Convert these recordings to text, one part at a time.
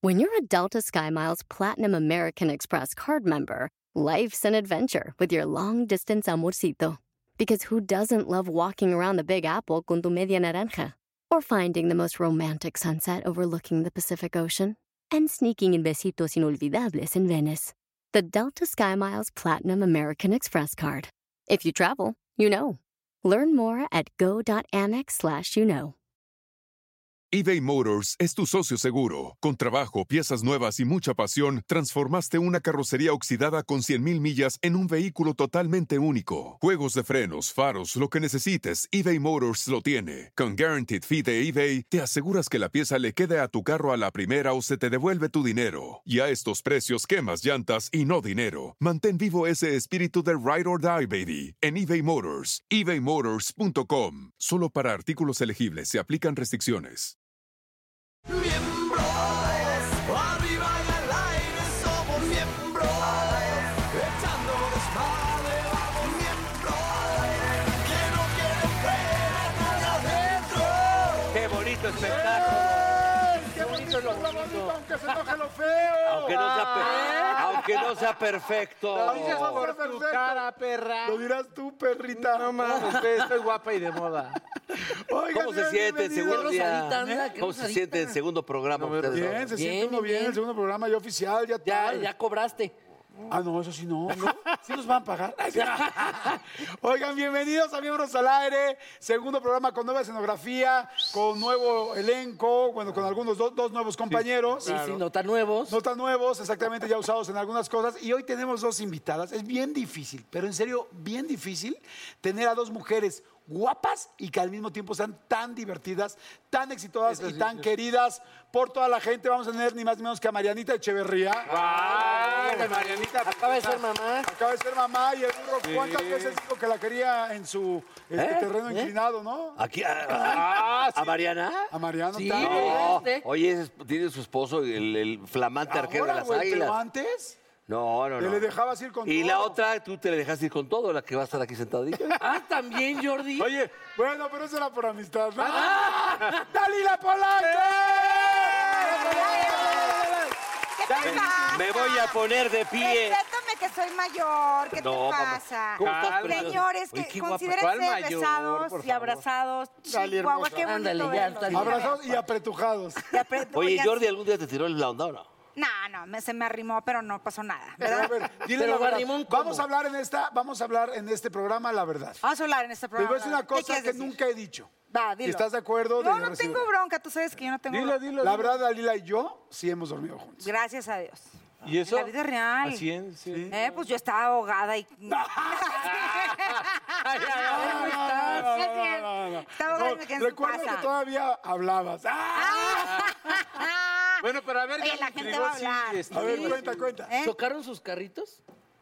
When you're a Delta SkyMiles Platinum American Express card member, life's an adventure with your long-distance amorcito. Because who doesn't love walking around the Big Apple con tu media naranja? Or finding the most romantic sunset overlooking the Pacific Ocean? And sneaking in besitos inolvidables in Venice. The Delta SkyMiles Platinum American Express card. If you travel, you know. Learn more at go.amex/you-know. eBay Motors es tu socio seguro. Con trabajo, piezas nuevas y mucha pasión, transformaste una carrocería oxidada con 100,000 millas en un vehículo totalmente único. Juegos de frenos, faros, lo que necesites, eBay Motors lo tiene. Con Guaranteed Fee de eBay, te aseguras que la pieza le quede a tu carro a la primera o se te devuelve tu dinero. Y a estos precios, quemas llantas y no dinero. Mantén vivo ese espíritu de Ride or Die, baby, en eBay Motors. ebaymotors.com. Solo para artículos elegibles se aplican restricciones. Miembros, arriba y al aire somos miembros, echando desmadre, vamos miembros, que no quieren ver adentro. ¡Qué bonito espectáculo! ¡Qué bonito es lo bonito, aunque se enoje lo feo! Aunque no sea perfecto. Lo dices por tu cara, perra. Lo dirás tú, perrita. No mames, estoy guapa y de moda. ¿Cómo se siente el segundo día? ¿Cómo se siente el segundo programa? Bien, se siente uno bien. El segundo programa ya oficial, ya tal. Ya cobraste. Ah, no, eso sí no. ¿Sí nos van a pagar? Oigan, bienvenidos a Miembros al Aire. Segundo programa con nueva escenografía, con nuevo elenco, bueno, con algunos dos nuevos compañeros. Sí, claro. Sí, no tan nuevos. No tan nuevos, exactamente, ya usados en algunas cosas. Y hoy tenemos dos invitadas. Es bien difícil, pero en serio, bien difícil tener a dos mujeres guapas y que al mismo tiempo sean tan divertidas, tan exitosas y tan queridas por toda la gente. Vamos a tener ni más ni menos que a Marianita Echeverría. ¡Wow! Marianita, acaba de ser mamá. Acaba de ser mamá y el burro, ¿cuántas veces dijo que la quería en su terreno inclinado, no? Aquí, ¿A Mariana? A Mariana, sí, no. Oye, tiene su esposo, el flamante arquero de las Águilas. ¿Pero antes? No. Le dejabas ir con todo. Y la otra, tú te le dejaste ir con todo, la que va a estar aquí sentadita. También, Jordi. Oye, bueno, pero eso era por amistad, ¿no? ¡Dalila Polanco! Me voy a poner de pie. Respétame que soy mayor. ¿Qué te pasa? ¿Cómo estás, preciosa? Señores, que considérense besados y abrazados. Chihuahua, qué bonito. Ándale, ya está. Abrazados y apretujados. Oye, Jordi, ¿algún día te tiró la onda o no? No, se me arrimó, pero no pasó nada. Pero, a ver, dile la verdad. Vamos a hablar en este programa la verdad. Vamos a hablar en este programa. Pero es una cosa que nunca he dicho. Va, dilo. ¿Estás de acuerdo? No tengo bronca, tú sabes que yo no tengo bronca. Dilo. La verdad, Dalila y yo sí hemos dormido juntos. Gracias a Dios. ¿Y eso? En la vida real. ¿Así es? Sí. Pues yo estaba ahogada y... Estaba ahogada y me quedé en su Recuerdo casa. que todavía hablabas. Bueno, pero a ver, Oye, la gente va a hablar. A ver, cuenta. ¿Chocaron sus carritos?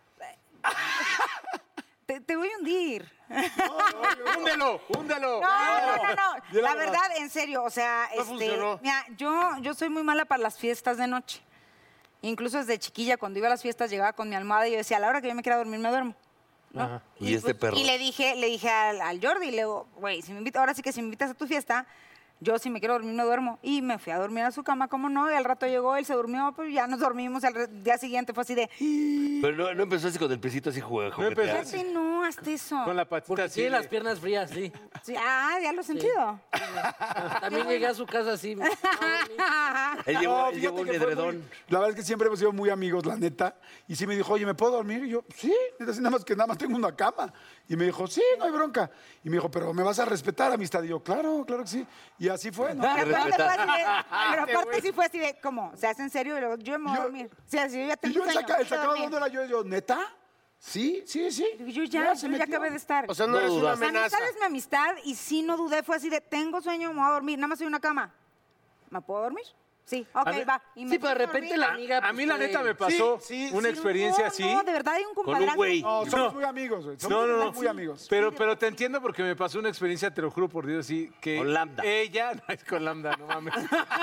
Te voy a hundir. Húndelo. No. La verdad, en serio, o sea, funcionó. mira, yo soy muy mala para las fiestas de noche. Incluso desde chiquilla, cuando iba a las fiestas, llegaba con mi almohada y yo decía, a la hora que yo me quiera dormir, me duermo. ¿no? Ajá. ¿Y este perro? Y le dije al Jordi, le digo, güey, ahora sí que si me invitas a tu fiesta, yo si me quiero dormir me duermo. Y me fui a dormir a su cama, ¿cómo no? Y al rato llegó, él se durmió, pues ya nos dormimos. Al día siguiente fue así de... Pero no empezó así con el piecito así Fíjate, no, hasta eso. Con la patita Porque así. tiene las piernas frías, sí. Sí, ya lo he sentido. También llegué a su casa así. Él llevó un edredón. La verdad es que siempre hemos sido muy amigos, la neta. Y sí me dijo, oye, ¿me puedo dormir? Y yo, sí, neta, sí, nada más tengo una cama. Y me dijo, sí, no hay bronca. Y me dijo, pero ¿me vas a respetar, amistad? Y yo, claro que sí. Y así fue, ¿no? Pero aparte sí fue así de, ¿cómo? ¿Se hace en serio? Y luego, yo me voy a dormir. O sea, si yo ya Y tengo yo sueño, el sacado de dormir. onda era yo, ¿neta? Sí. Yo ya acabé de estar. O sea, no es una La amenaza. amistad es mi amistad y sí no dudé, fue así de, tengo sueño, me voy a dormir, nada más hay una cama. ¿Me puedo dormir? Sí, ok, va. Y Sí, pero de repente la amiga... A mí la neta me pasó una experiencia así. No, de verdad hay un compadrazo. güey. No, somos muy amigos, güey. Somos muy amigos. Pero te entiendo porque me pasó una experiencia, te lo juro por Dios, sí, que Con Lambda. ella, no es con Lambda, no mames.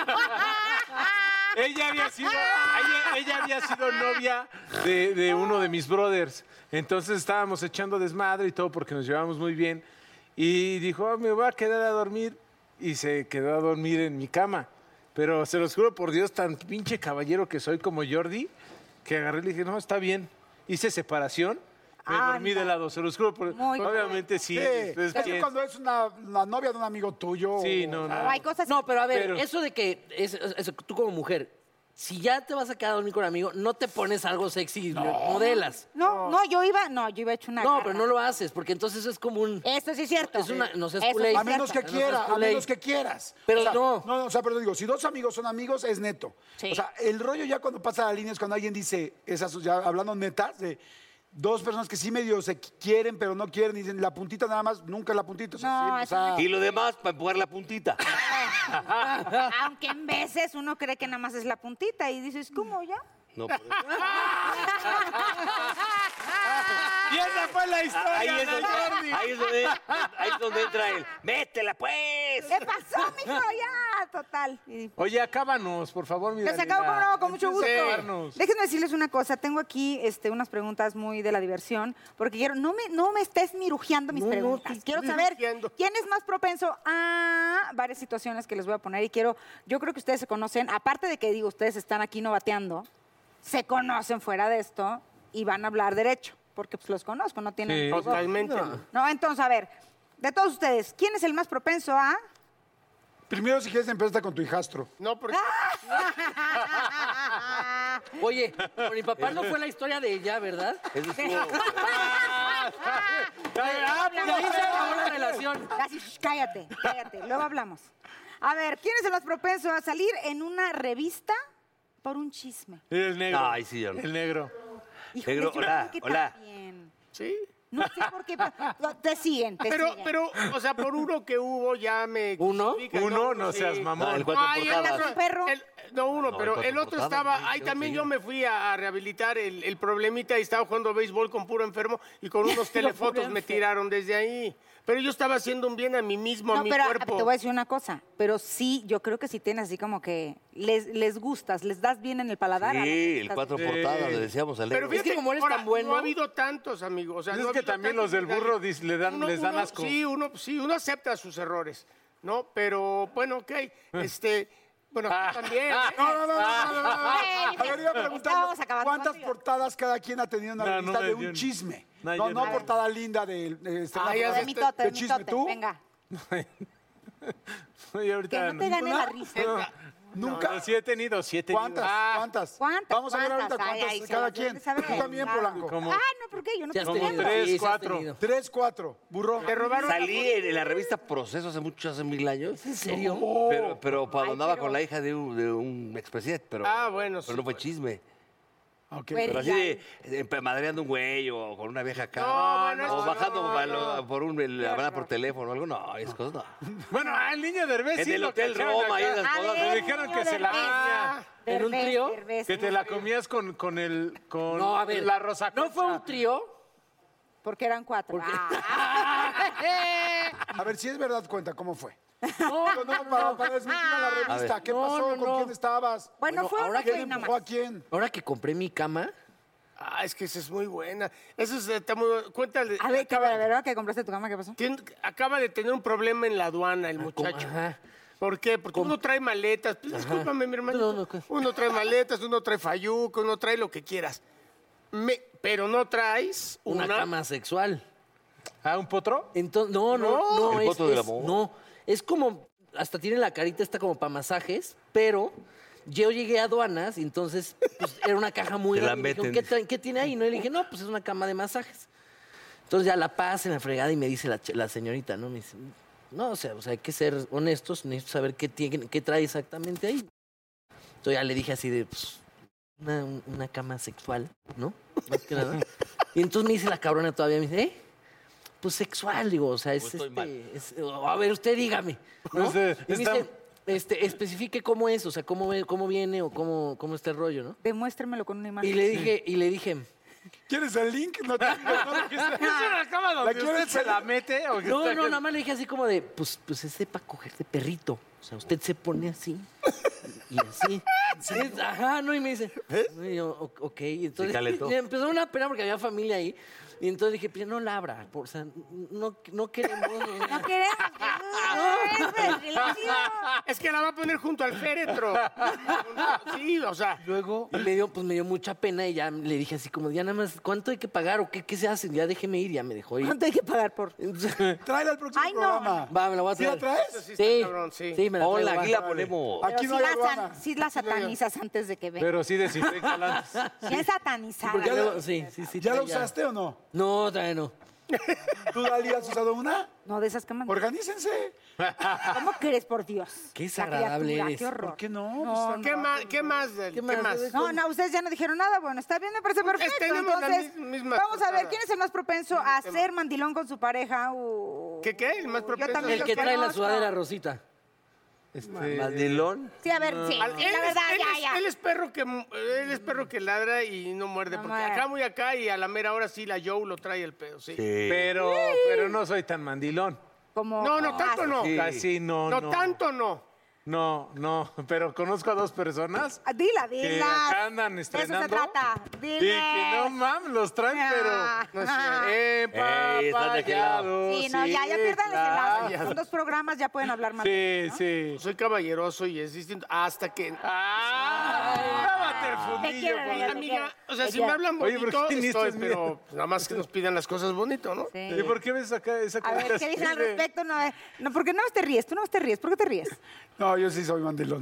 ella había sido novia de uno de mis brothers. Entonces estábamos echando desmadre y todo porque nos llevábamos muy bien. Y dijo, me voy a quedar a dormir. Y se quedó a dormir en mi cama. Pero se los juro por Dios, tan pinche caballero que soy como Jordi, que agarré y le dije, no, está bien. Hice separación, me dormí de lado, se los juro. Obviamente sí. Es que cuando es una novia de un amigo tuyo. Sí, o- no, no. Hay cosas... No, pero a ver, Pero- eso de que tú como mujer, si ya te vas a quedar a dormir con un amigo, no te pones algo sexy, modelas. No, yo iba hecho una No, garra. pero no lo haces, porque entonces es como un... Eso sí es cierto. Es una- no seas Eso culé. sí es A menos que cierto. quieras, a menos que quieras. Pero O sea, no. No, o sea, pero digo, si dos amigos son amigos, es neto. Sí. O sea, el rollo ya cuando pasa la línea es cuando alguien dice, esas, ya hablando netas, de dos personas que sí medio se quieren, pero no quieren, y dicen la puntita nada más, nunca es la puntita. O sea, No, sí, o sea, Y lo demás para empujar la puntita. Aunque en veces uno cree que nada más es la puntita y dices, ¿cómo ya? No, por eso. Y esa fue la historia. Ahí es de donde, Jordi. ahí es donde entra él. ¡Métela, pues! ¿Qué pasó, mijo? Ya, total. Y Oye, acábanos, por favor, mi les Dalila. acabo, cómo no, con mucho gusto. Empieza a acabarnos. Déjenme decirles una cosa. Tengo aquí unas preguntas muy de la diversión, porque quiero, no me estés mirujeando mis preguntas. Quiero saber mirujeando. quién es más propenso a varias situaciones que les voy a poner y yo creo que ustedes se conocen, aparte de que digo, ustedes están aquí no bateando, se conocen fuera de esto y van a hablar derecho, porque pues los conozco, no tienen... Sí. Totalmente. No, entonces, a ver, de todos ustedes, ¿quién es el más propenso a...? primero si quieres empieza con tu hijastro. No, porque Oye, con mi papá no fue la historia de ella, ¿verdad? Eso estuvo... Y ahí se acabó la relación. Casi, cállate. Luego hablamos. A ver, ¿quién es el más propenso a salir en una revista por un chisme? El negro. Ay, sí, yo no. El negro. Híjole, Negro, yo hola, creo que hola. también. sí. No sé por qué. Pero te siguen. Pero, o sea, por uno que hubo ya me... ¿Uno? justifica, Uno, no Sí. seas mamón. No, el cuatro Ay, el portadas. otro- ¿Un perro? No, uno, No, pero el el cuatro otro portadas, estaba... sí, Ay, sí, también sí. yo me fui a rehabilitar el problemita y estaba jugando béisbol con puro enfermo y con unos telefotos me tiraron desde ahí. Pero yo estaba haciendo un bien a mí mismo, a No, mi pero cuerpo. te voy a decir una cosa. Pero sí, yo creo que si tienes así como que les gustas, les das bien en el paladar. a lo que Sí, el estás- cuatro portadas, le decíamos al Pero negro. fíjate, que como eres ahora, tan bueno- no ha habido tantos, amigos. O sea, Es no ha que habido también tantos los del detalles. burro les dan asco. Sí, uno acepta sus errores, ¿no? Pero, bueno, ok. Bueno, también. ¿eh? No. Ey, A ver, iba a preguntar, estábamos acabando ¿cuántas contigo. portadas cada quien ha tenido en la No, revista no de me un dio- chisme? No, No, yo no no. portada linda de... De mitote, de de chisme, mitote. ¿tú? Venga. Oye, Que ahorita... no te gane la risa. Nunca. No, sí he tenido. ¿Cuántas? ¿Cuántas? ¿Cuántas? Vamos a ver ahorita ¿Cuántas? Ay, cuántas ay, cada se quien. las debes Tú saber. también, Claro. Polanco. Como- Ah, no, ¿por qué? Yo no Sí te has Como tenido. tres, Sí, sí has cuatro. tenido. 3, 4. Burro. Te robaron. Salí en la revista Proceso hace 1000 años. ¿En serio? Pero Ay, andaba pero- con la hija de un expresidente, pero, Bueno, pero no fue chisme. Ok. Bueno, Pero así de madreando un güey o con una vieja acá. No, bueno, o eso bajando no. por la verdad por teléfono o algo. No, esas cosas no. Bueno, el niño Derbez En sí el lo Hotel cacharon Roma y acá. esas A cosas. ver, Me dijeron niño que se la Derbez. comía. ¿En un Derbez, trío? Derbez. Que te la comías con No, a ver. la rosa ¿No fue un trío? Porque eran 4. Porque- A ver, si es verdad, cuenta, ¿cómo fue? No, para desmentir a la revista. ver. ¿Qué No, pasó? no, ¿Con no. quién estabas? Bueno, fue ahora una que ¿Quién fue nada empujó a más. quién? Ahora que compré mi cama, Es que esa es muy buena. Eso está muy bueno. Cuéntale. A ver, la verdad que compraste tu cama, ¿qué pasó? Acaba de tener un problema en la aduana el muchacho. ajá. ¿Por qué? Porque uno trae maletas. Pues, discúlpame, mi hermano. No, no, ¿qué? Uno trae maletas, uno trae fayuca, uno trae lo que quieras. Pero no traes una cama sexual. ¿Ah, un potro? Entonces, no, El poto del amor. no, es como, hasta tiene la carita esta como para masajes, pero yo llegué a aduanas y entonces pues, era una caja muy Te la grande. Y me dijeron, meten. ¿qué tiene ahí? Y no, y le dije, no, pues es una cama de masajes. Entonces ya la pasen la fregada y me dice la señorita, ¿no? Me dice, no, o sea, hay que ser honestos, necesito saber qué trae exactamente ahí. Entonces ya le dije así de, pues, una cama sexual, ¿no? Más que nada. Y entonces me dice la cabrona todavía, me dice, pues sexual, digo, o sea, es estoy mal. a ver, usted dígame, ¿no? Pues, Y me dice, especifique cómo es, o sea, cómo viene o cómo está el rollo, ¿no? Demuéstremelo con una imagen. Y le dije, ¿Quieres el link? No tengo. ¿Es una cama donde ¿La quieres usted se la mete? ¿O qué no, está- nada más le dije así como de, pues es de para coger de perrito. O sea, usted se pone así y así. Ajá, no, y me dice, y yo, ok. Entonces me empezó una pena porque había familia ahí. Y entonces dije, pues no la abra. O sea, no queremos. No queremos. Es que la va a poner junto al féretro. Sí, o sea. Luego me dio mucha pena y ya le dije así como, ya nada más, ¿cuánto hay que pagar o qué se hace? Ya déjeme ir, ya me dejó ir. ¿Cuánto hay que pagar por? Tráela al próximo programa. Va, me la voy a ¿Sí la traer. traes? Eso sí está cabrón, sí. Sí, me la traigo. Hola, va. aquí la ponemos. Aquí no hay aduana. Sí la satanizas antes de que venga. Pero sí desinfecta antes. Bien satanizada. porque Luego, sí. ¿Ya la trae usaste o no? No, todavía no. ¿Tú, Dali, has usado una? No, de esas que mandan. Organícense. ¿Cómo crees, por Dios? Qué La desagradable criatura, eres. Qué horror. ¿Por qué no? No, Pues, ¿Qué más? ¿Qué más? ¿Qué más? No, ustedes ya no dijeron nada. Bueno, está bien, me parece perfecto. tenemos la Entonces, misma vamos a ver, tostada. ¿quién es el más propenso a ser mandilón con su pareja? ¿Qué? ¿El más propenso? también El que los trae la conozco. sudadera rosita. Mandilón. Sí, a ver, sí. Él La verdad, ya. Él es perro que ladra y no muerde. No Porque muerde. acá muy acá y a la mera hora sí la Joe lo trae el pedo, sí. Pero no soy tan mandilón. Como, No, tanto no. Sí. Casi no. No, tanto no. No, pero conozco a 2 personas Dila. que acá andan De estrenando. eso se trata. Y que no mames, los traen, pero. No es cierto. están de aquel lado. Empapallado. Sí, no, ya pierdan el claro. enlace. Son 2 programas, ya pueden hablar más. Sí. Soy caballeroso y es distinto. Hasta que. Lávate el fundillo, quiero, por Rebeca. Dios. Amiga, o sea, Te si quiero. me hablan Oye, ¿por bonito, qué ni estoy, estás pero viendo? nada más que nos pidan las cosas bonito, ¿no? Sí. ¿Y por qué ves acá esa A carita ver, ¿qué así dicen al de- respecto? No, porque no te ríes. Tú no te ríes. ¿Por qué te ríes? No, yo sí soy mandilón.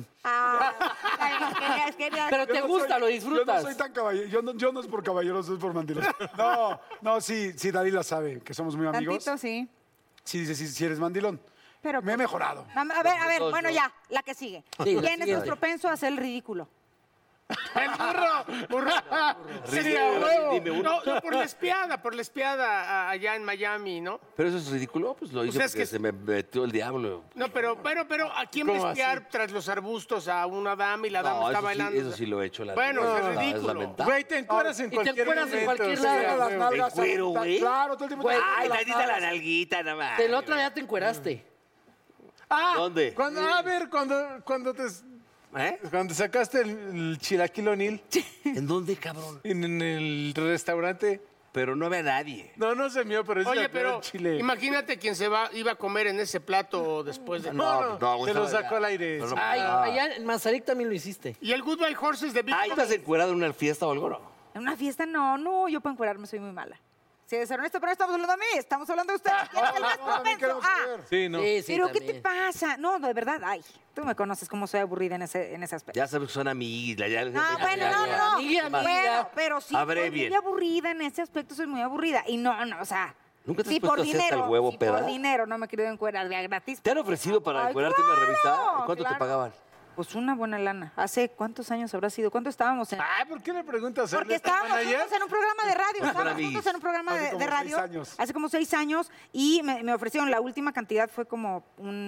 Quería- Pero te Yo no gusta, soy- lo disfrutas. Yo no soy tan caballero. Yo no es por caballeroso, es por mandilón. No, sí, Dalila sabe que somos muy amigos. Tantito, sí. Sí, dice, sí eres mandilón. Pero, Me he mejorado. A ver, bueno, ya, la que sigue. Sí, la ¿Quién es más siguiente. propenso a hacer el ridículo? ¡El burro! Sería huevo. No, por la espiada allá en Miami, ¿no? Pero eso es ridículo, pues lo hice Pues es porque que- se me metió el diablo. No, pero ¿a quién va ¿Cómo a espiar tras los arbustos a una dama y la dama No, está eso sí, bailando? eso sí lo he hecho. Bueno, neta. es No, ridículo. lamentable. Güey, te encueras en te cualquier encueras en momento, cualquier sí, lado. Saca las güey. nalgas. cuero, güey. Claro, todo el tiempo. Güey, te saca Ay, las tantita la nalgas. nalguita, nada más. El otro día te encueraste. ¿Dónde? Cuando sacaste el chilaquil O'Neill ¿En dónde, cabrón? en el restaurante. Pero no ve a nadie. No se mío, pero es Oye, el pero chile. imagínate quién iba a comer en ese plato después de... No, Se lo estaba- sacó al aire. No, no. Ay, allá en Mazarik también lo hiciste. ¿Y el Goodbye Horses de Víctor? Ah, ¿ibas encuerado en una fiesta o algo? No. En una fiesta, no, yo para encuerarme soy muy mala. Sí, de ser honesto, pero no estamos hablando de mí, estamos hablando de ustedes. ¿Quién es el más también propenso? queremos saber. Sí, ¿no? Sí, Pero ¿qué te también. pasa? No, de verdad, ay, tú me conoces cómo soy aburrida en ese aspecto. Ya sabes que son amiguitas. Ya, No, ya- bueno, ya- no, ya- no. Amiga, Bueno, amiga. pero sí, Habré soy bien. muy aburrida en ese aspecto, soy muy aburrida. Y no, o sea, ¿Nunca te has si puesto por así hasta el dinero, huevo, si peda? por dinero no me he querido encuerar de a gratis. ¿Te han ofrecido para Ay, encuerarte en una claro, revista? ¿Cuánto te claro. pagaban? Pues una buena lana. ¿Hace cuántos años habrá sido? ¿Cuánto estábamos en...? Ay, ¿por qué le preguntas a él? Porque ¿Estaban estábamos ayer? juntos en un programa de radio. Estábamos amiguis. juntos en un programa Hace de como radio 6 años. hace como 6 años y me ofrecieron, la última cantidad fue como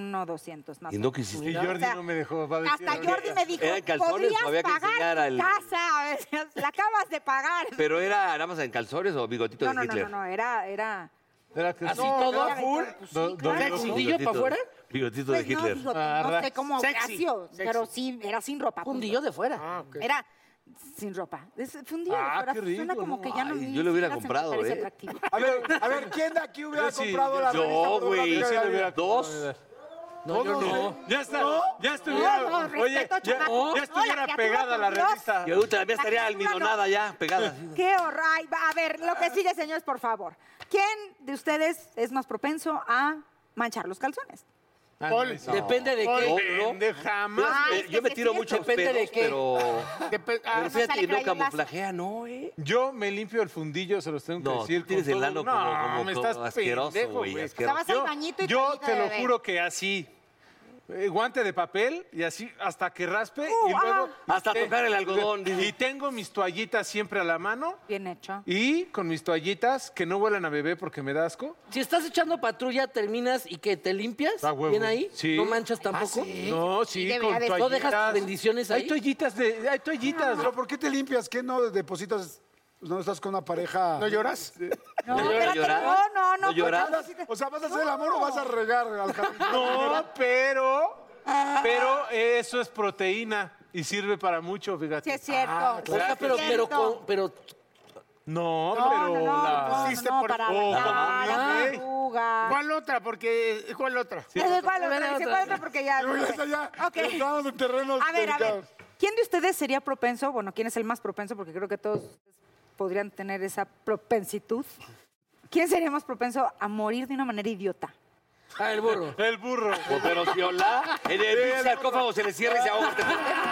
200 más. ¿Y no quisiste? Y O Jordi sea, no me dejó. Va a decir Hasta ahorita. Jordi me dijo, ¿Eran calzones o podrías había que pagar enseñar tu al- casa, a veces, la acabas de pagar. ¿Pero era nada más en calzones o bigotito No, de no, Hitler? no, era... ¿Era que ¿Así no, todo? era full? Pues sí, Do- claro. doble- ¿Fundillo para afuera? Bigotito de Pues no, Hitler. digo, Ah, no sé cómo sexy, Horacio, sexy. pero sí, era sin ropa. punto. Fundillo de fuera. Ah, ok. Era sin ropa. Fundillo de Ah, fuera. qué rico, Suena como ¿no? que ya no Ay, ni yo lo hubiera siquiera se me comprado, parece ¿eh? atractivo. A ver, ¿quién de aquí hubiera Yo sí, comprado la yo, revista güey, fotográfica yo sí de lo la hubiera- vida? ¿Dos? No, yo no. Ya está, ya estuviera. No, Oye, respeto, chamaco. ya estuviera No, la criatura, pegada la por Dios. revista. Y ahorita también estaría La almidonada ya, pegada. Qué horror. Ay, a ver, lo que sigue, señores, por favor. ¿Quién de ustedes es más propenso a manchar los calzones? Depende de qué. Depende, jamás. Ay, es Yo me que tiro sí, muchos depende de pedos, qué. pero... Depe- ah, Pero fíjate, sale no crayolazo. camuflajea, no, Yo me limpio el fundillo, se los tengo que No, decir. tú tienes con el todo. ano No, como me estás asqueroso, pendejo, güey, O sea, vas al Yo, bañito y yo toallita te de lo bebé. juro que así. Guante de papel y así hasta que raspe y ajá. luego... Hasta tocar el algodón, dice. Y tengo mis toallitas siempre a la mano Bien hecho. y con mis toallitas que no huelen a bebé porque me da asco. Si estás echando patrulla, terminas y que te limpias A huevo. bien ahí. Sí. No manchas tampoco. No, sí, debería con de- toallitas. ¿No dejas tus bendiciones ahí? Hay toallitas. ¿Pero por qué te limpias? ¿Qué no depositas? ¿No estás con una pareja? ¿No lloras? No, ¿No espérate, llorar? no. ¿No llorar? O sea, ¿vas a hacer el amor o vas a regar al jardín? No, pero Pero eso es proteína y sirve para mucho, fíjate. Sí, es cierto. O sea, pero No, No, pero no, no, la... no, Hiciste no, por- para Oh, bailar, ¿cómo? la tortuga. ¿Cuál otra? Porque, ¿cuál otra? ¿Cuál otra? Dice, ¿cuál otra? Porque ya... Yo ya está ya. Ok. Estamos en terrenos A ver, delicados. ¿quién de ustedes sería propenso? Bueno, ¿quién es el más propenso? Porque creo que todos podrían tener esa propensitud. ¿Quién sería más propenso a morir de una manera idiota? Ah, el burro. El burro. Pero si hola, en el pinche sarcófago se le cierra y se ahoga.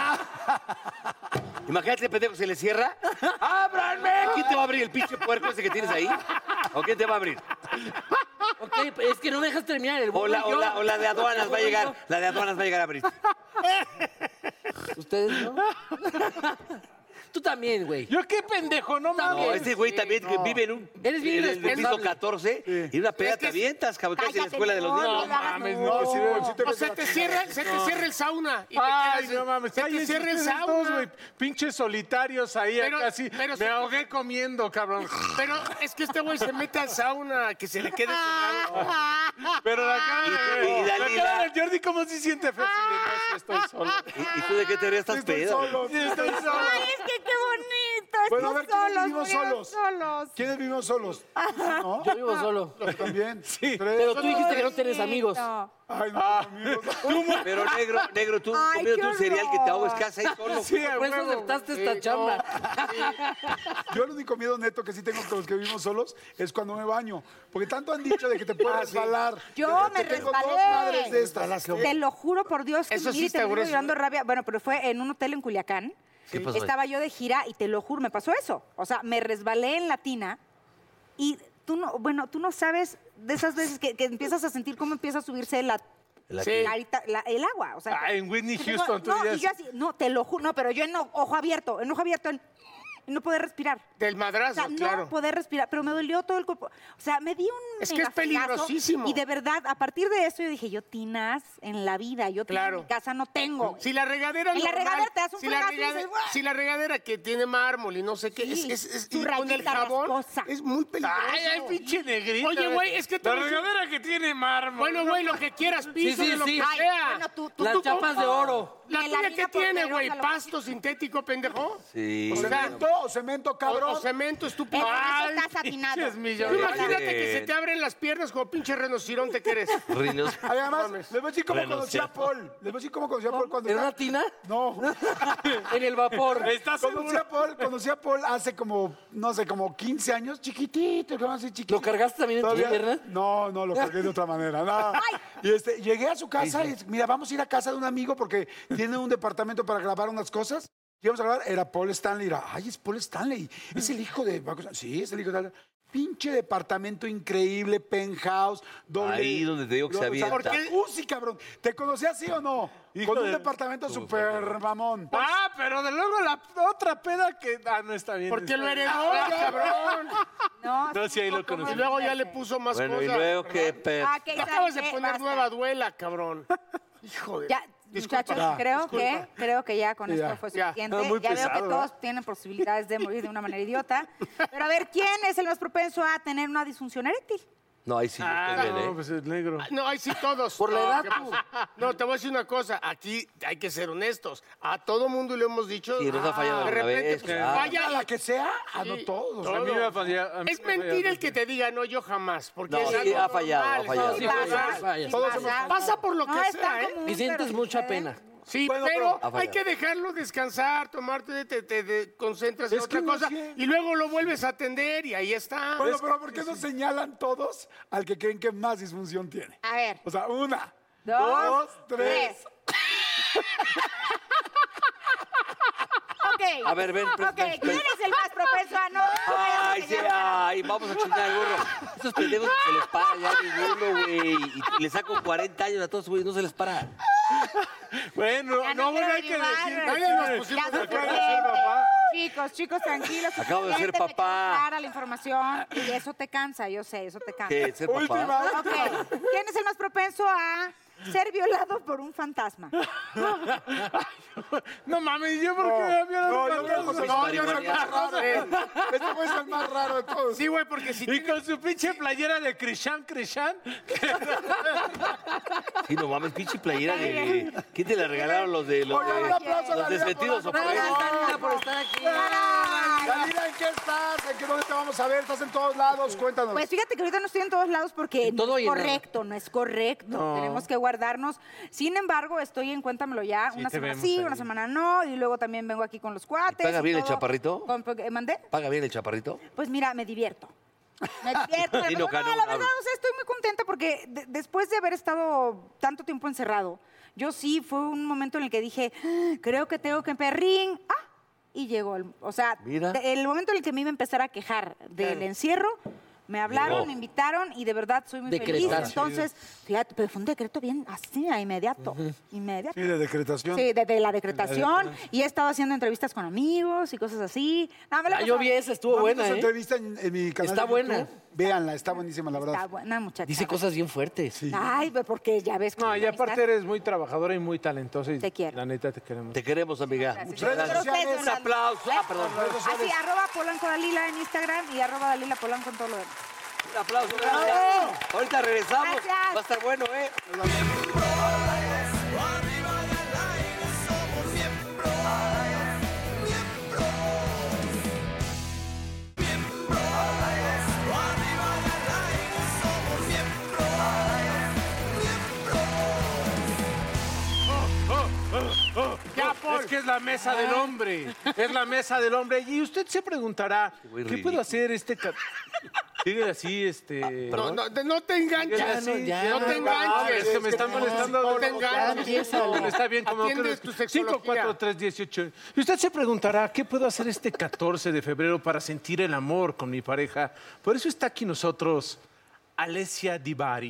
Imagínate, el pendejo se le cierra. ¡Ábranme! ¿Quién te va a abrir? ¿El pinche puerco ese que tienes ahí? ¿O quién te va a abrir? Ok, es que no me dejas terminar. El burro y yo. O la de aduanas va a llegar. La de aduanas va a llegar a abrir. ¿Ustedes no? Tú también, güey. Yo qué pendejo, no No, mames. este güey también que vive en un... Eres bien en el piso irresponsable. 14 y una peda te avientas, cabrón, casi en la escuela de los niños. No mames, no. No, sí te O se te cierra el sauna. Y te Ay, quedas- no mames. Se te cierra el ustedes dos, sauna. güey, pinches solitarios ahí Pero- casi. pero Me se- ahogué comiendo, cabrón. Pero es que este güey se mete al sauna, que se le quede cerrado. Pero la cara, Y la Dalila. cara del Jordi, ¿cómo se siente feo? Si de no, si estoy solo. ¿Y tú de qué teoría estás Estoy pedo? solo. Sí, estoy solo. Ay, es que qué bonito. Bueno, a ver, Estamos ¿quiénes vivimos vivimos solos? ¿Quiénes vivimos solos? ¿No? Yo vivo solo. ¿Tú también? Sí. Pero tú dijiste que no tienes amigos. Ay, no, amigos. Pero negro, tú Ay, comiéndote qué un cereal que te ahogues, horror. ¿qué haces ahí solo? Sí, a Por eso huevo. aceptaste esta chamba. Yo el único miedo neto que sí tengo con los que vivimos solos es cuando me baño. Porque tanto han dicho de que te puedes resbalar. Yo me Tengo resbalé. dos madres de estas. Te lo juro por Dios que Eso mi sí vida está terminó grueso. llorando de rabia. Bueno, pero fue en un hotel en Culiacán. ¿Qué pasó ahí? Estaba yo de gira y te lo juro, me pasó eso. O sea, me resbalé en la tina y tú no sabes de esas veces que empiezas a sentir cómo empieza a subirse el agua. O sea, En Whitney que Houston, tú no, dirías. y yo así, no, te lo juro, no, pero yo en ojo abierto, y no poder respirar. Del O madrazo, sea, no claro. poder respirar, pero me dolió todo el cuerpo. O sea, me di un Es que es megafregazo, peligrosísimo. Y de verdad, a partir de eso yo dije, yo tinas en la vida, yo tina Claro. en mi casa no tengo. Si la regadera En la normal, regadera te das un si la, fregazo y dices, "Buah". si la regadera que tiene mármol y no sé qué, Sí, su y con el rayita jabón rasposa. es muy peligroso. Ay, pinche negrita. Oye, güey, es que La tú- regadera que tiene mármol. Bueno, güey, lo que quieras, piso sí, de lo sí. que Ay, sea. bueno, tú- Las chapas de oro. La Me la tuya vine que tiene, por güey, poderosa, lo- pasto sintético, pendejo. Sí. O cemento, cabrón. O cemento, estúpido. Eso Ay, está satinado. pinches Tú millonarios. imagínate que se te abren las piernas como pinche rinoceronte que eres. Rinos. Ay, además, les voy a decir cómo conocí a Renunciar. Paul. Les voy a decir cómo conocí a Paul cuando ¿En estaba- una tina? No. En el vapor. ¿Estás Conocí a Paul hace como, no sé, como 15 años, chiquitito, como así chiquitito. ¿Lo cargaste también en tus Todavía- piernas? No, no, lo cargué de otra manera. No. Y llegué a su casa y mira, vamos a ir a casa de un amigo porque tiene un departamento para grabar unas cosas. Y vamos a grabar, era Paul Stanley. Era, ay, es Paul Stanley. Es el hijo de... Sí, es el hijo de... Pinche departamento increíble, penthouse, doble... Ahí donde te digo que se avienta. ¿Por qué? Sí, cabrón. ¿Te conocía así o no? Hijo Con un de- departamento súper mamón. Ah, pero de luego la otra peda que... Ah, no está bien. Porque está lo bien. heredó, cabrón. No, No, sí, ahí lo Y conocí. luego ya le puso más Bueno, cosas. y luego qué pedo. Ah, que Te acabas de ¿sabes qué? poner Basta. nueva duela, cabrón. Hijo de... Ya, Disculpa. muchachos, creo que ya con Ya. esto fue Ya. suficiente. Ah, muy ya veo pesado, que ¿verdad? todos tienen posibilidades de morir de una manera idiota. Pero a ver, ¿quién es el más propenso a tener una disfunción eréctil? No, ahí sí, yo Ah, estoy bien, no, ¿eh? pues el negro. No, ahí sí todos. Por la No, edad, ¿qué tú. pasa? No, te voy a decir una cosa. Aquí hay que ser honestos. A todo mundo le hemos dicho. Sí, nos ha fallado de alguna repente, vez, pues, claro. vaya. A la que sea, Sí, no todos. todo. A mí me ha fallado. a mí Es me ha mentira fallado. el que te diga no, yo jamás. Porque No, es sí, algo ha fallado, normal, ha fallado. es Sí, algo pasa, normal. falla. Todos Pasa por lo No que es sea, tan ¿eh? común, Y sientes pero mucha sucede. pena. Sí, Bueno, pero pero- hay que dejarlo descansar, tomarte, te concentras en Es otra que no cosa es que- y luego lo vuelves a atender y ahí está. Bueno, pero ¿por qué no señalan todos al que creen que más disfunción tiene? A ver, O sea, una, dos, tres. Ok. A ver, ven, Ok, ¿quién es el más propenso a no? Ay, sí, ay, vamos a chingar al burro. Esos pendejos se les para ya ninguno, güey. Y le saco 40 años a todos, güey, no se les para. Bueno, Ya no, bueno, quiero hay que derivar, decir. güey. Nadie nos Ya pusimos de suficiente. acuerdo en ser papá. Chicos, tranquilos. Acabo de ser suficiente, me papá. quedó clara la información y eso te cansa, yo sé, eso te cansa. ¿Qué? ¿Ser papá? Última. Ok, ¿quién es el más propenso a ser violado por un fantasma? No mames, yo porque me había dado No, yo fantasma. tengo No, yo soy el marihuana. más raro. Este güey es el más raro de todos. Sí, güey, porque si Y con su pinche playera de Krishan. Sí, no mames, pinche playera de... ¿Quién te la regalaron los de... Los Oigan, un aplauso a de Dalila sentidos Polanco. Gracias, Dalila, por estar aquí. Dalila, ¿en qué estás? ¿En qué dónde te vamos a ver? ¿Estás en todos lados? Cuéntanos. Pues fíjate que ahorita no estoy en todos lados porque todo no y es en nada. correcto, no es correcto. Tenemos que guardarnos. Sin embargo, estoy en Cuéntamelo Ya. Sí, Una te semana vemos sí, ahí. una semana no. Y luego también vengo aquí con los cuates. ¿Paga y bien el todo. chaparrito? ¿Mandé? ¿Paga bien el chaparrito? Pues mira, me divierto. Me divierto. Dino No, Canón, la verdad, habla. o sea, estoy muy contenta porque después de haber estado tanto tiempo encerrado, yo sí fue un momento en el que dije, creo que tengo que perrín. Y llegó o sea, Mira. el momento en el que me iba a empezar a quejar del encierro, me hablaron, Llegó. me invitaron y de verdad soy muy feliz. Decretar. Entonces, fíjate, pero fue un decreto bien así, a inmediato. Inmediato. Sí, de decretación. Sí, de la decretación. Y he estado haciendo entrevistas con amigos y cosas así. No, me la he Yo pasado vi esa, estuvo ¿No has visto buena, su ¿eh? entrevista en mi canal Está de YouTube? buena. Véanla, está buenísima, la verdad. Está buena, muchacha. Dice cosas bien fuertes. Ay, pues porque ya ves que... No, y aparte eres muy trabajadora y muy talentosa. Y Te quiero. Ah, La neta te queremos. Te queremos, amiga. Gracias. Muchas Redes gracias. sociales. Un aplauso. Perdón. Así, @Polanco Dalila en Instagram y @Dalila Polanco en todo lo demás. Un aplauso. Gracias. Ahorita regresamos. Gracias. Va a estar bueno, ¿eh? Es que es la mesa del hombre. Es la mesa del hombre. Y usted se preguntará, güey ¿qué ridículo. puedo hacer Sigue así, No te enganches. Ya, no, ya. No te enganches. Es que me están molestando. No te enganches. Está bien, como Atiende que tu sexología. 5, 4, 3, 18. Y usted se preguntará, ¿qué puedo hacer este 14 de febrero para sentir el amor con mi pareja? Por eso está aquí nosotros Alessia Divari.